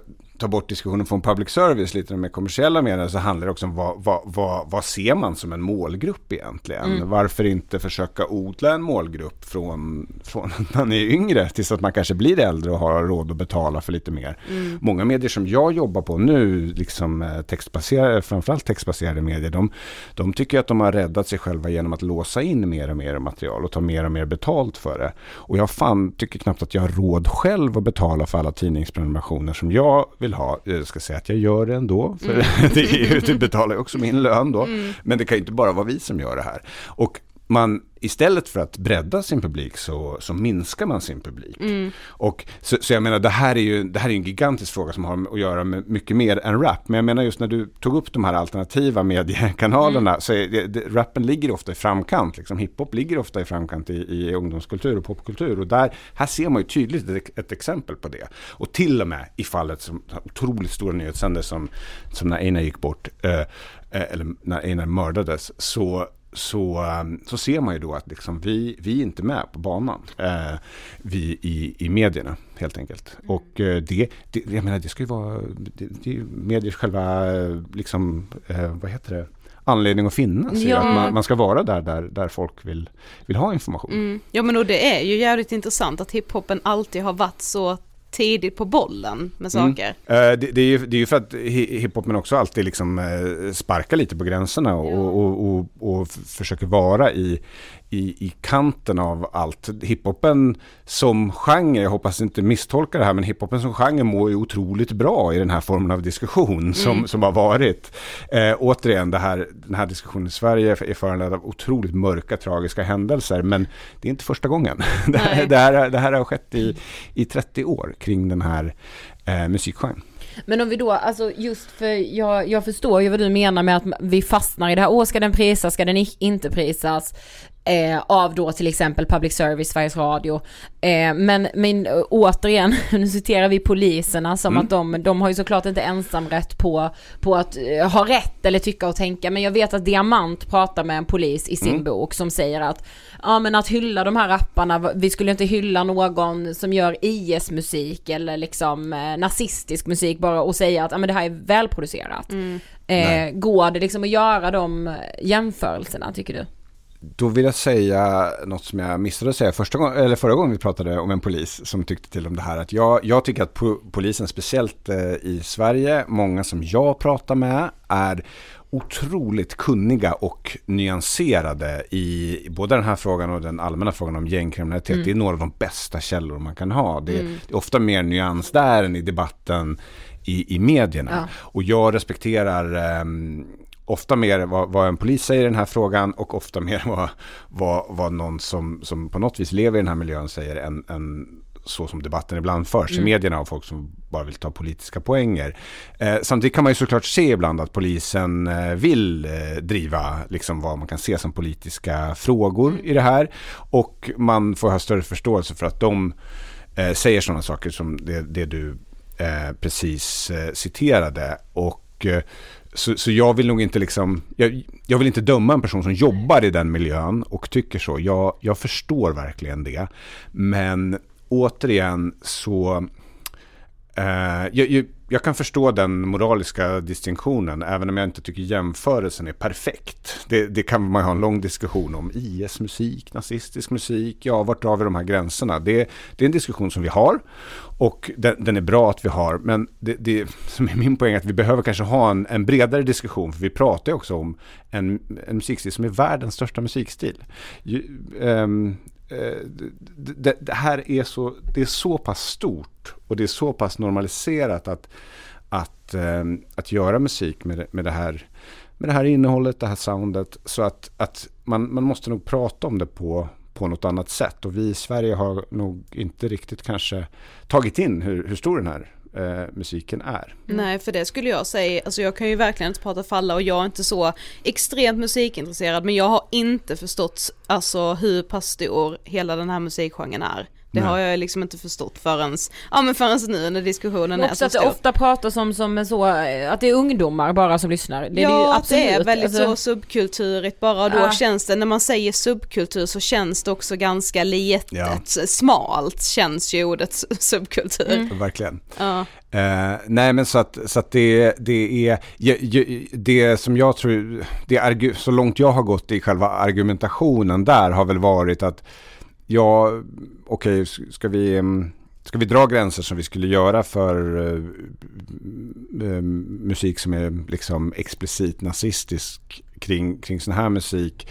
tar bort diskussionen från public service, lite mer kommersiella medier, så handlar det också om vad, vad, vad, vad ser man som en målgrupp egentligen? Mm. Varför inte försöka odla en målgrupp från, från att man är yngre tills att man kanske blir äldre och har råd att betala för lite mer. Mm. Många medier som jag jobbar på nu, liksom textbaserade, framförallt textbaserade medier, de, de tycker att de har räddat sig själva genom att låsa in mer och mer material och ta mer och mer betalt för det. Och jag fan tycker knappt att jag har råd själv att betala för alla tidningsprenumerationer som jag vill ha. Jag ska säga att jag gör det ändå, för mm. det, är ju, det betalar ju också min lön då. Mm. Men det kan ju inte bara vara vi som gör det här. Och man, istället för att bredda sin publik så, så minskar man sin publik. Mm. Och så, så jag menar, det här är ju det här är en gigantisk fråga som har att göra med mycket mer än rap. Men jag menar, just när du tog upp de här alternativa mediekanalerna, mm. så är det, det, rappen ligger ofta i framkant. Liksom. Hiphop ligger ofta i framkant i, i ungdomskultur och popkultur. Och där, här ser man ju tydligt ett, ett exempel på det. Och till och med i fallet som otroligt stora nyhetssändare som, som när Einar gick bort, eh, eller när Einar mördades, så Så, så ser man ju då att liksom vi, vi är inte med på banan. Eh, vi i, i medierna, helt enkelt. Mm. Och eh, det, det, jag menar, det ska ju vara det, det är ju mediers själva, liksom, eh, vad heter det? Anledning att finnas. Ja. Att man, man ska vara där, där, där folk vill, vill ha information. Mm. Ja, men och det är ju jävligt intressant att hiphopen alltid har varit så tidigt på bollen med saker. Mm. Uh, det, det, är ju, det är ju för att hiphopen också alltid liksom uh, sparkar lite på gränserna och, ja. och, och, och, och försöker vara i, i, i kanten av allt. Hiphopen som genre, jag hoppas inte misstolka det här, men hiphopen som genre mår ju otroligt bra i den här formen av diskussion som, mm. som har varit. Uh, återigen, det här, den här diskussionen i Sverige är föranledd av otroligt mörka, tragiska händelser, men det är inte första gången. det, här, det, här, det här har skett i, i trettio år kring den här eh, musikgenren. Men om vi då, alltså just för jag, jag förstår ju vad du menar med att vi fastnar i det här, åh ska den prisas, ska den inte prisas eh, av då till exempel public service, Sveriges Radio. Eh, men, men återigen, nu citerar vi poliserna som mm. att de, de har ju såklart inte ensamrätt på, på att eh, ha rätt eller tycka och tänka, men jag vet att Diamant pratar med en polis i sin mm. bok som säger att ja, men att hylla de här rapparna, vi skulle inte hylla någon som gör I S-musik eller liksom eh, nazistisk musik bara och säga att ja, men det här är välproducerat. Mm. Eh, går det liksom att göra de jämförelserna, tycker du? Då vill jag säga något som jag missade att säga första gång, eller förra gången vi pratade om en polis som tyckte till om det här. Att jag, jag tycker att po- polisen, speciellt eh, i Sverige, många som jag pratar med är otroligt kunniga och nyanserade i både den här frågan och den allmänna frågan om gängkriminalitet. Mm. Det är några av de bästa källor man kan ha. Det, mm. det är ofta mer nyans där än i debatten i, i medierna. Ja. Och jag respekterar eh, ofta mer vad, vad en polis säger i den här frågan och ofta mer vad, vad, vad någon som, som på något vis lever i den här miljön säger än, än så som debatten ibland förs mm. i medierna av folk som bara vill ta politiska poänger. Eh, samtidigt kan man ju såklart se ibland att polisen eh, vill eh, driva liksom vad man kan se som politiska frågor mm. i det här, och man får ha större förståelse för att de eh, säger sådana saker som det, det du eh, precis eh, citerade. Och eh, Så, så jag vill nog inte liksom, jag, jag vill inte döma en person som jobbar i den miljön och tycker så. Jag, jag förstår verkligen det. Men återigen så eh, jag, jag, jag kan förstå den moraliska distinktionen, även om jag inte tycker jämförelsen är perfekt. Det, det kan man ha en lång diskussion om. I S-musik, nazistisk musik, ja, vart drar vi de här gränserna? Det, det är en diskussion som vi har, och den, den är bra att vi har, men det, det som är min poäng är att vi behöver kanske ha en, en bredare diskussion, för vi pratar ju också om en, en musikstil som är världens största musikstil. Ju, um, Det, det här är så, det är så pass stort och det är så pass normaliserat att, att, att göra musik med, med, det här, med det här innehållet, det här soundet, så att, att man, man måste nog prata om det på, på något annat sätt, och vi i Sverige har nog inte riktigt kanske tagit in hur, hur stor den här Eh, musiken är. Mm. Nej, för det skulle jag säga, alltså jag kan ju verkligen inte prata för alla och jag är inte så extremt musikintresserad, men jag har inte förstått alltså hur pass stor hela den här musikgenren är. Det Nej. har jag liksom inte förstått förrän, ja, men förrän nu när diskussionen Och är också så att det stor. ofta pratas om som så, att det är ungdomar bara som lyssnar. Det, ja, det är ju att absolut. det är väldigt alltså, så subkulturigt bara, och då Ja. känns det, när man säger subkultur så känns det också ganska litet, Ja. smalt känns ju ordet subkultur. Mm. Verkligen. Ja. Uh, nej men så att, så att det, det är ju, ju, det som jag tror, det argu, så långt jag har gått i själva argumentationen där har väl varit att ja, okej, okay, ska vi ska vi dra gränser som vi skulle göra för uh, uh, musik som är liksom explicit nazistisk kring, kring sån här musik,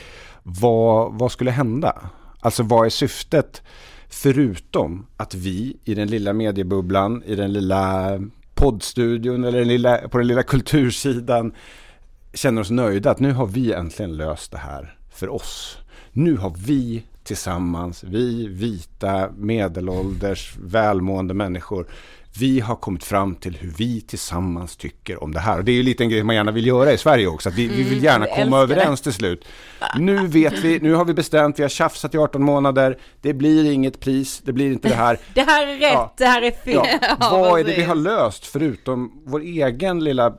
vad, vad skulle hända? Alltså vad är syftet? Förutom att vi i den lilla mediebubblan, i den lilla poddstudion eller den lilla, på den lilla kultursidan känner oss nöjda att nu har vi äntligen löst det här för oss. Nu har vi tillsammans, vi vita, medelålders, välmående människor, vi har kommit fram till hur vi tillsammans tycker om det här. Och det är ju lite en grej man gärna vill göra i Sverige också. Att vi, mm, vi vill gärna komma överens det. till slut. Nu vet vi, nu har vi bestämt, vi har tjafsat i arton månader. Det blir inget pris, det blir inte det här. Det här är rätt, ja. det här är fel. Ja. Vad är det vi har löst förutom vår egen lilla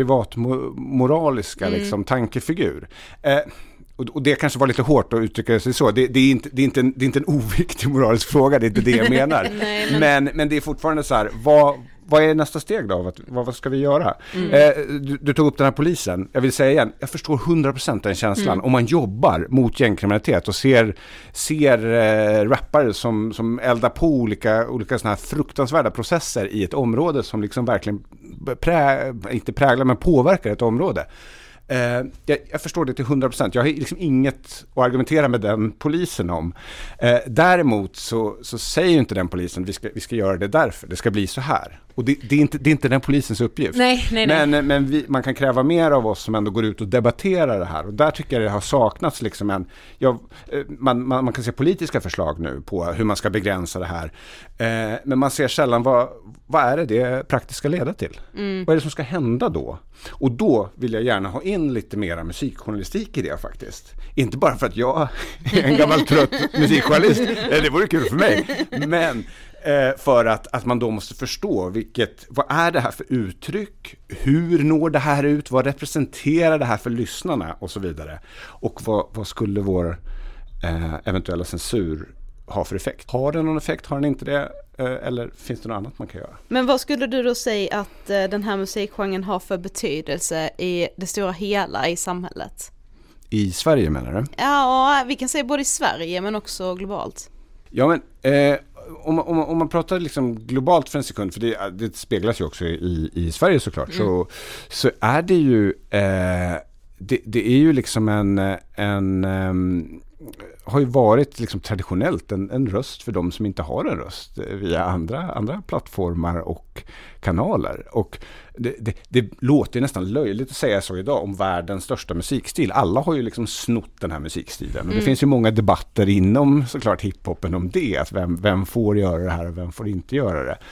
privatmoraliska mm. liksom, tankefigur? Eh, Och det kanske var lite hårt att uttrycka sig så. Det, det, är, inte, det, är, inte en, det är inte en oviktig moralisk fråga, det är inte det jag menar. Nej, men... Men, men det är fortfarande så här, vad, vad är nästa steg då? Vad, vad ska vi göra? Mm. Eh, du, du tog upp den här polisen. Jag vill säga igen, jag förstår hundra procent den känslan. Mm. Om man jobbar mot gängkriminalitet och ser, ser eh, rappare som, som eldar på olika, olika såna här fruktansvärda processer i ett område som liksom verkligen prä, inte präglar men påverkar ett område. Uh, jag, jag förstår det till hundra procent. Jag har liksom inget att argumentera med den polisen om. Uh, däremot så, så säger ju inte den polisen vi ska, vi ska göra det därför. Det ska bli så här. Och det, det, är, inte, det är inte den polisens uppgift. Nej, nej, nej. Men, men vi, man kan kräva mer av oss som ändå går ut och debatterar det här. Och där tycker jag det har saknats liksom en... Ja, man, man, man kan se politiska förslag nu på hur man ska begränsa det här. Uh, men man ser sällan vad, vad är det det praktiskt ska leda till. Mm. Vad är det som ska hända då? Och då vill jag gärna ha in lite mera musikjournalistik i det faktiskt. Inte bara för att jag är en gammal trött musikjournalist. Det vore kul för mig. Men eh, för att, att man då måste förstå vilket, vad är det här för uttryck? Hur når det här ut? Vad representerar det här för lyssnarna? Och så vidare. Och vad, vad skulle vår eh, eventuella censur ha för effekt? Har den någon effekt? Har den inte det? Eller finns det något annat man kan göra? Men vad skulle du då säga att den här musikgenren har för betydelse i det stora hela i samhället? I Sverige menar du? Ja, vi kan säga både i Sverige men också globalt. Ja, men eh, om, om, om man pratar liksom globalt för en sekund, för det, det speglas ju också i, i Sverige såklart, mm. så, så är det ju eh, det, det är ju liksom en, en um, har ju varit liksom traditionellt en, en röst för de som inte har en röst via andra, andra plattformar och kanaler. Och det, det, det låter nästan löjligt att säga så idag om världens största musikstil. Alla har ju liksom snott den här musikstilen. Och det mm. finns ju många debatter inom såklart hiphopen om det. Att vem, vem får göra det här och vem får inte göra det.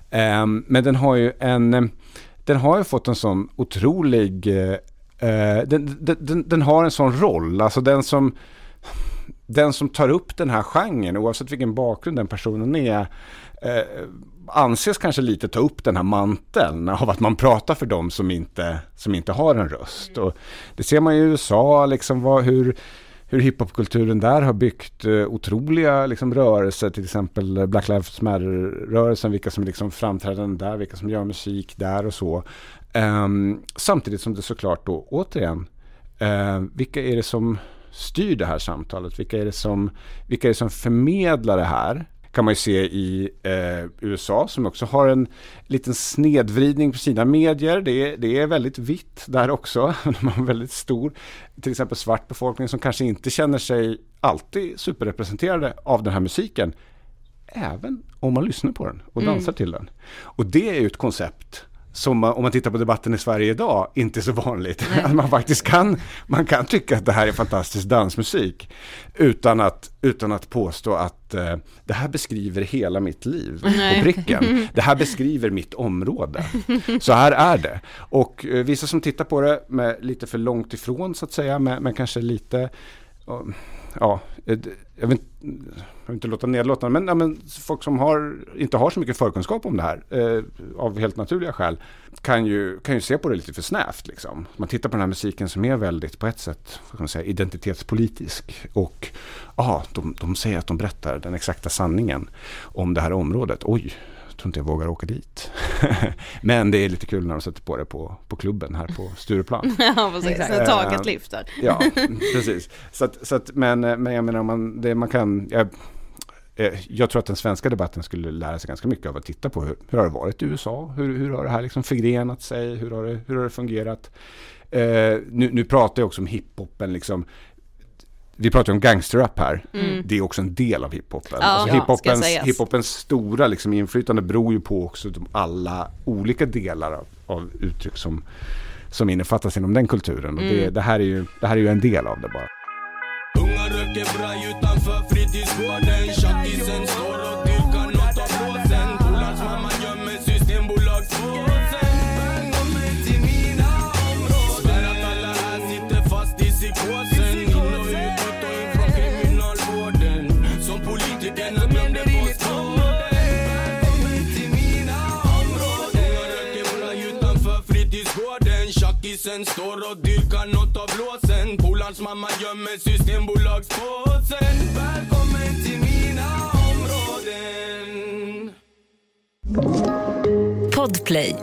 Um, men den har ju en den har ju fått en sån otrolig uh, den, den, den har en sån roll. Alltså den som den som tar upp den här genren, oavsett vilken bakgrund den personen är, eh, anses kanske lite ta upp den här manteln av att man pratar för dem som inte, som inte har en röst. Och det ser man ju i U S A, liksom vad, hur, hur hiphopkulturen där har byggt eh, otroliga liksom, rörelser, till exempel Black Lives Matter-rörelsen, vilka som liksom framträder där, vilka som gör musik där och så. Eh, samtidigt som det såklart då, återigen, eh, vilka är det som styr det här samtalet? Vilka är det som, vilka är det som förmedlar det här? Kan man ju se i eh, U S A som också har en liten snedvridning på sina medier. Det är, det är väldigt vitt där också. De har en väldigt stor, till exempel svart befolkning som kanske inte känner sig alltid superrepresenterade av den här musiken. Även om man lyssnar på den och dansar mm. till den. Och det är ju ett koncept som om man tittar på debatten i Sverige idag inte är så vanligt. Att man faktiskt kan, man kan tycka att det här är fantastisk dansmusik utan att, utan att påstå att eh, det här beskriver hela mitt liv Nej. på pricken. Det här beskriver mitt område. Så här är det. Och eh, vissa som tittar på det med lite för långt ifrån så att säga, men, men kanske lite ja, jag vill, jag vill inte låta nedlåtande, men, ja, men folk som har, inte har så mycket förkunskap om det här eh, av helt naturliga skäl kan ju, kan ju se på det lite för snävt. Liksom. Man tittar på den här musiken som är väldigt på ett sätt kan man säga, identitetspolitisk och ja, de, de säger att de berättar den exakta sanningen om det här området. Oj, jag tror inte jag vågar åka dit. Men det är lite kul när de sätter på det på, på klubben här på Stureplan. Ja, precis. När taket lyfter. Ja, precis. Så att, så att, men, men jag menar, om man, det man kan... Jag, jag tror att den svenska debatten skulle lära sig ganska mycket av att titta på hur, hur har det varit i U S A? Hur, hur har det här liksom förgrenat sig? Hur har det, hur har det fungerat? Eh, nu, nu pratar jag också om hiphopen liksom. Vi pratar om gangsterrap här. Mm. Det är också en del av hiphopen. Ja, alltså hiphopens, ja, hiphopens stora liksom, inflytande beror ju på också de alla olika delar av, av uttryck som, som innefattas inom den kulturen. Och det, Mm. det, här är ju, det här är ju en del av det bara. Unga röker bra utanför fritidsgården. Tjackisen står och dyrkar något av blåsen. Polans mamma gömmer systembolagsbåsen. Välkommen till mina områden. Svär att alla här sitter fast i psykosen. In och ut, ut och in från kriminalvården. Som politikerna glömde postkoden. Välkommen till mina områden. Unga röker bra utanför fritidsgården. Tjackisen står och dyrkar något av blåsen. Polans mamma gömmer systembolagsbåsen. Välkommen till mina områden. Podplay.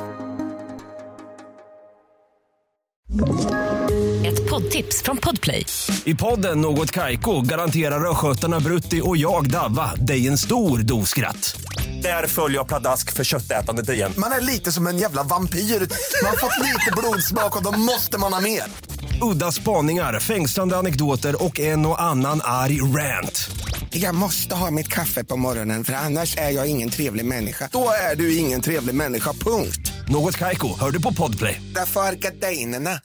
Ett poddtips från Podplay. I podden Något Kaiko garanterar röskötarna Brutti och jag Davva dig en stor doskratt. Där följer jag pladask för köttätandet igen. Man är lite som en jävla vampyr. Man har fått lite blodsmak och då måste man ha mer. Udda spaningar, fängslande anekdoter och en och annan arg rant. Jag måste ha mitt kaffe på morgonen för annars är jag ingen trevlig människa. Då är du ingen trevlig människa, punkt. Något Kaiko, hör du på Podplay. Därför är gardinerna.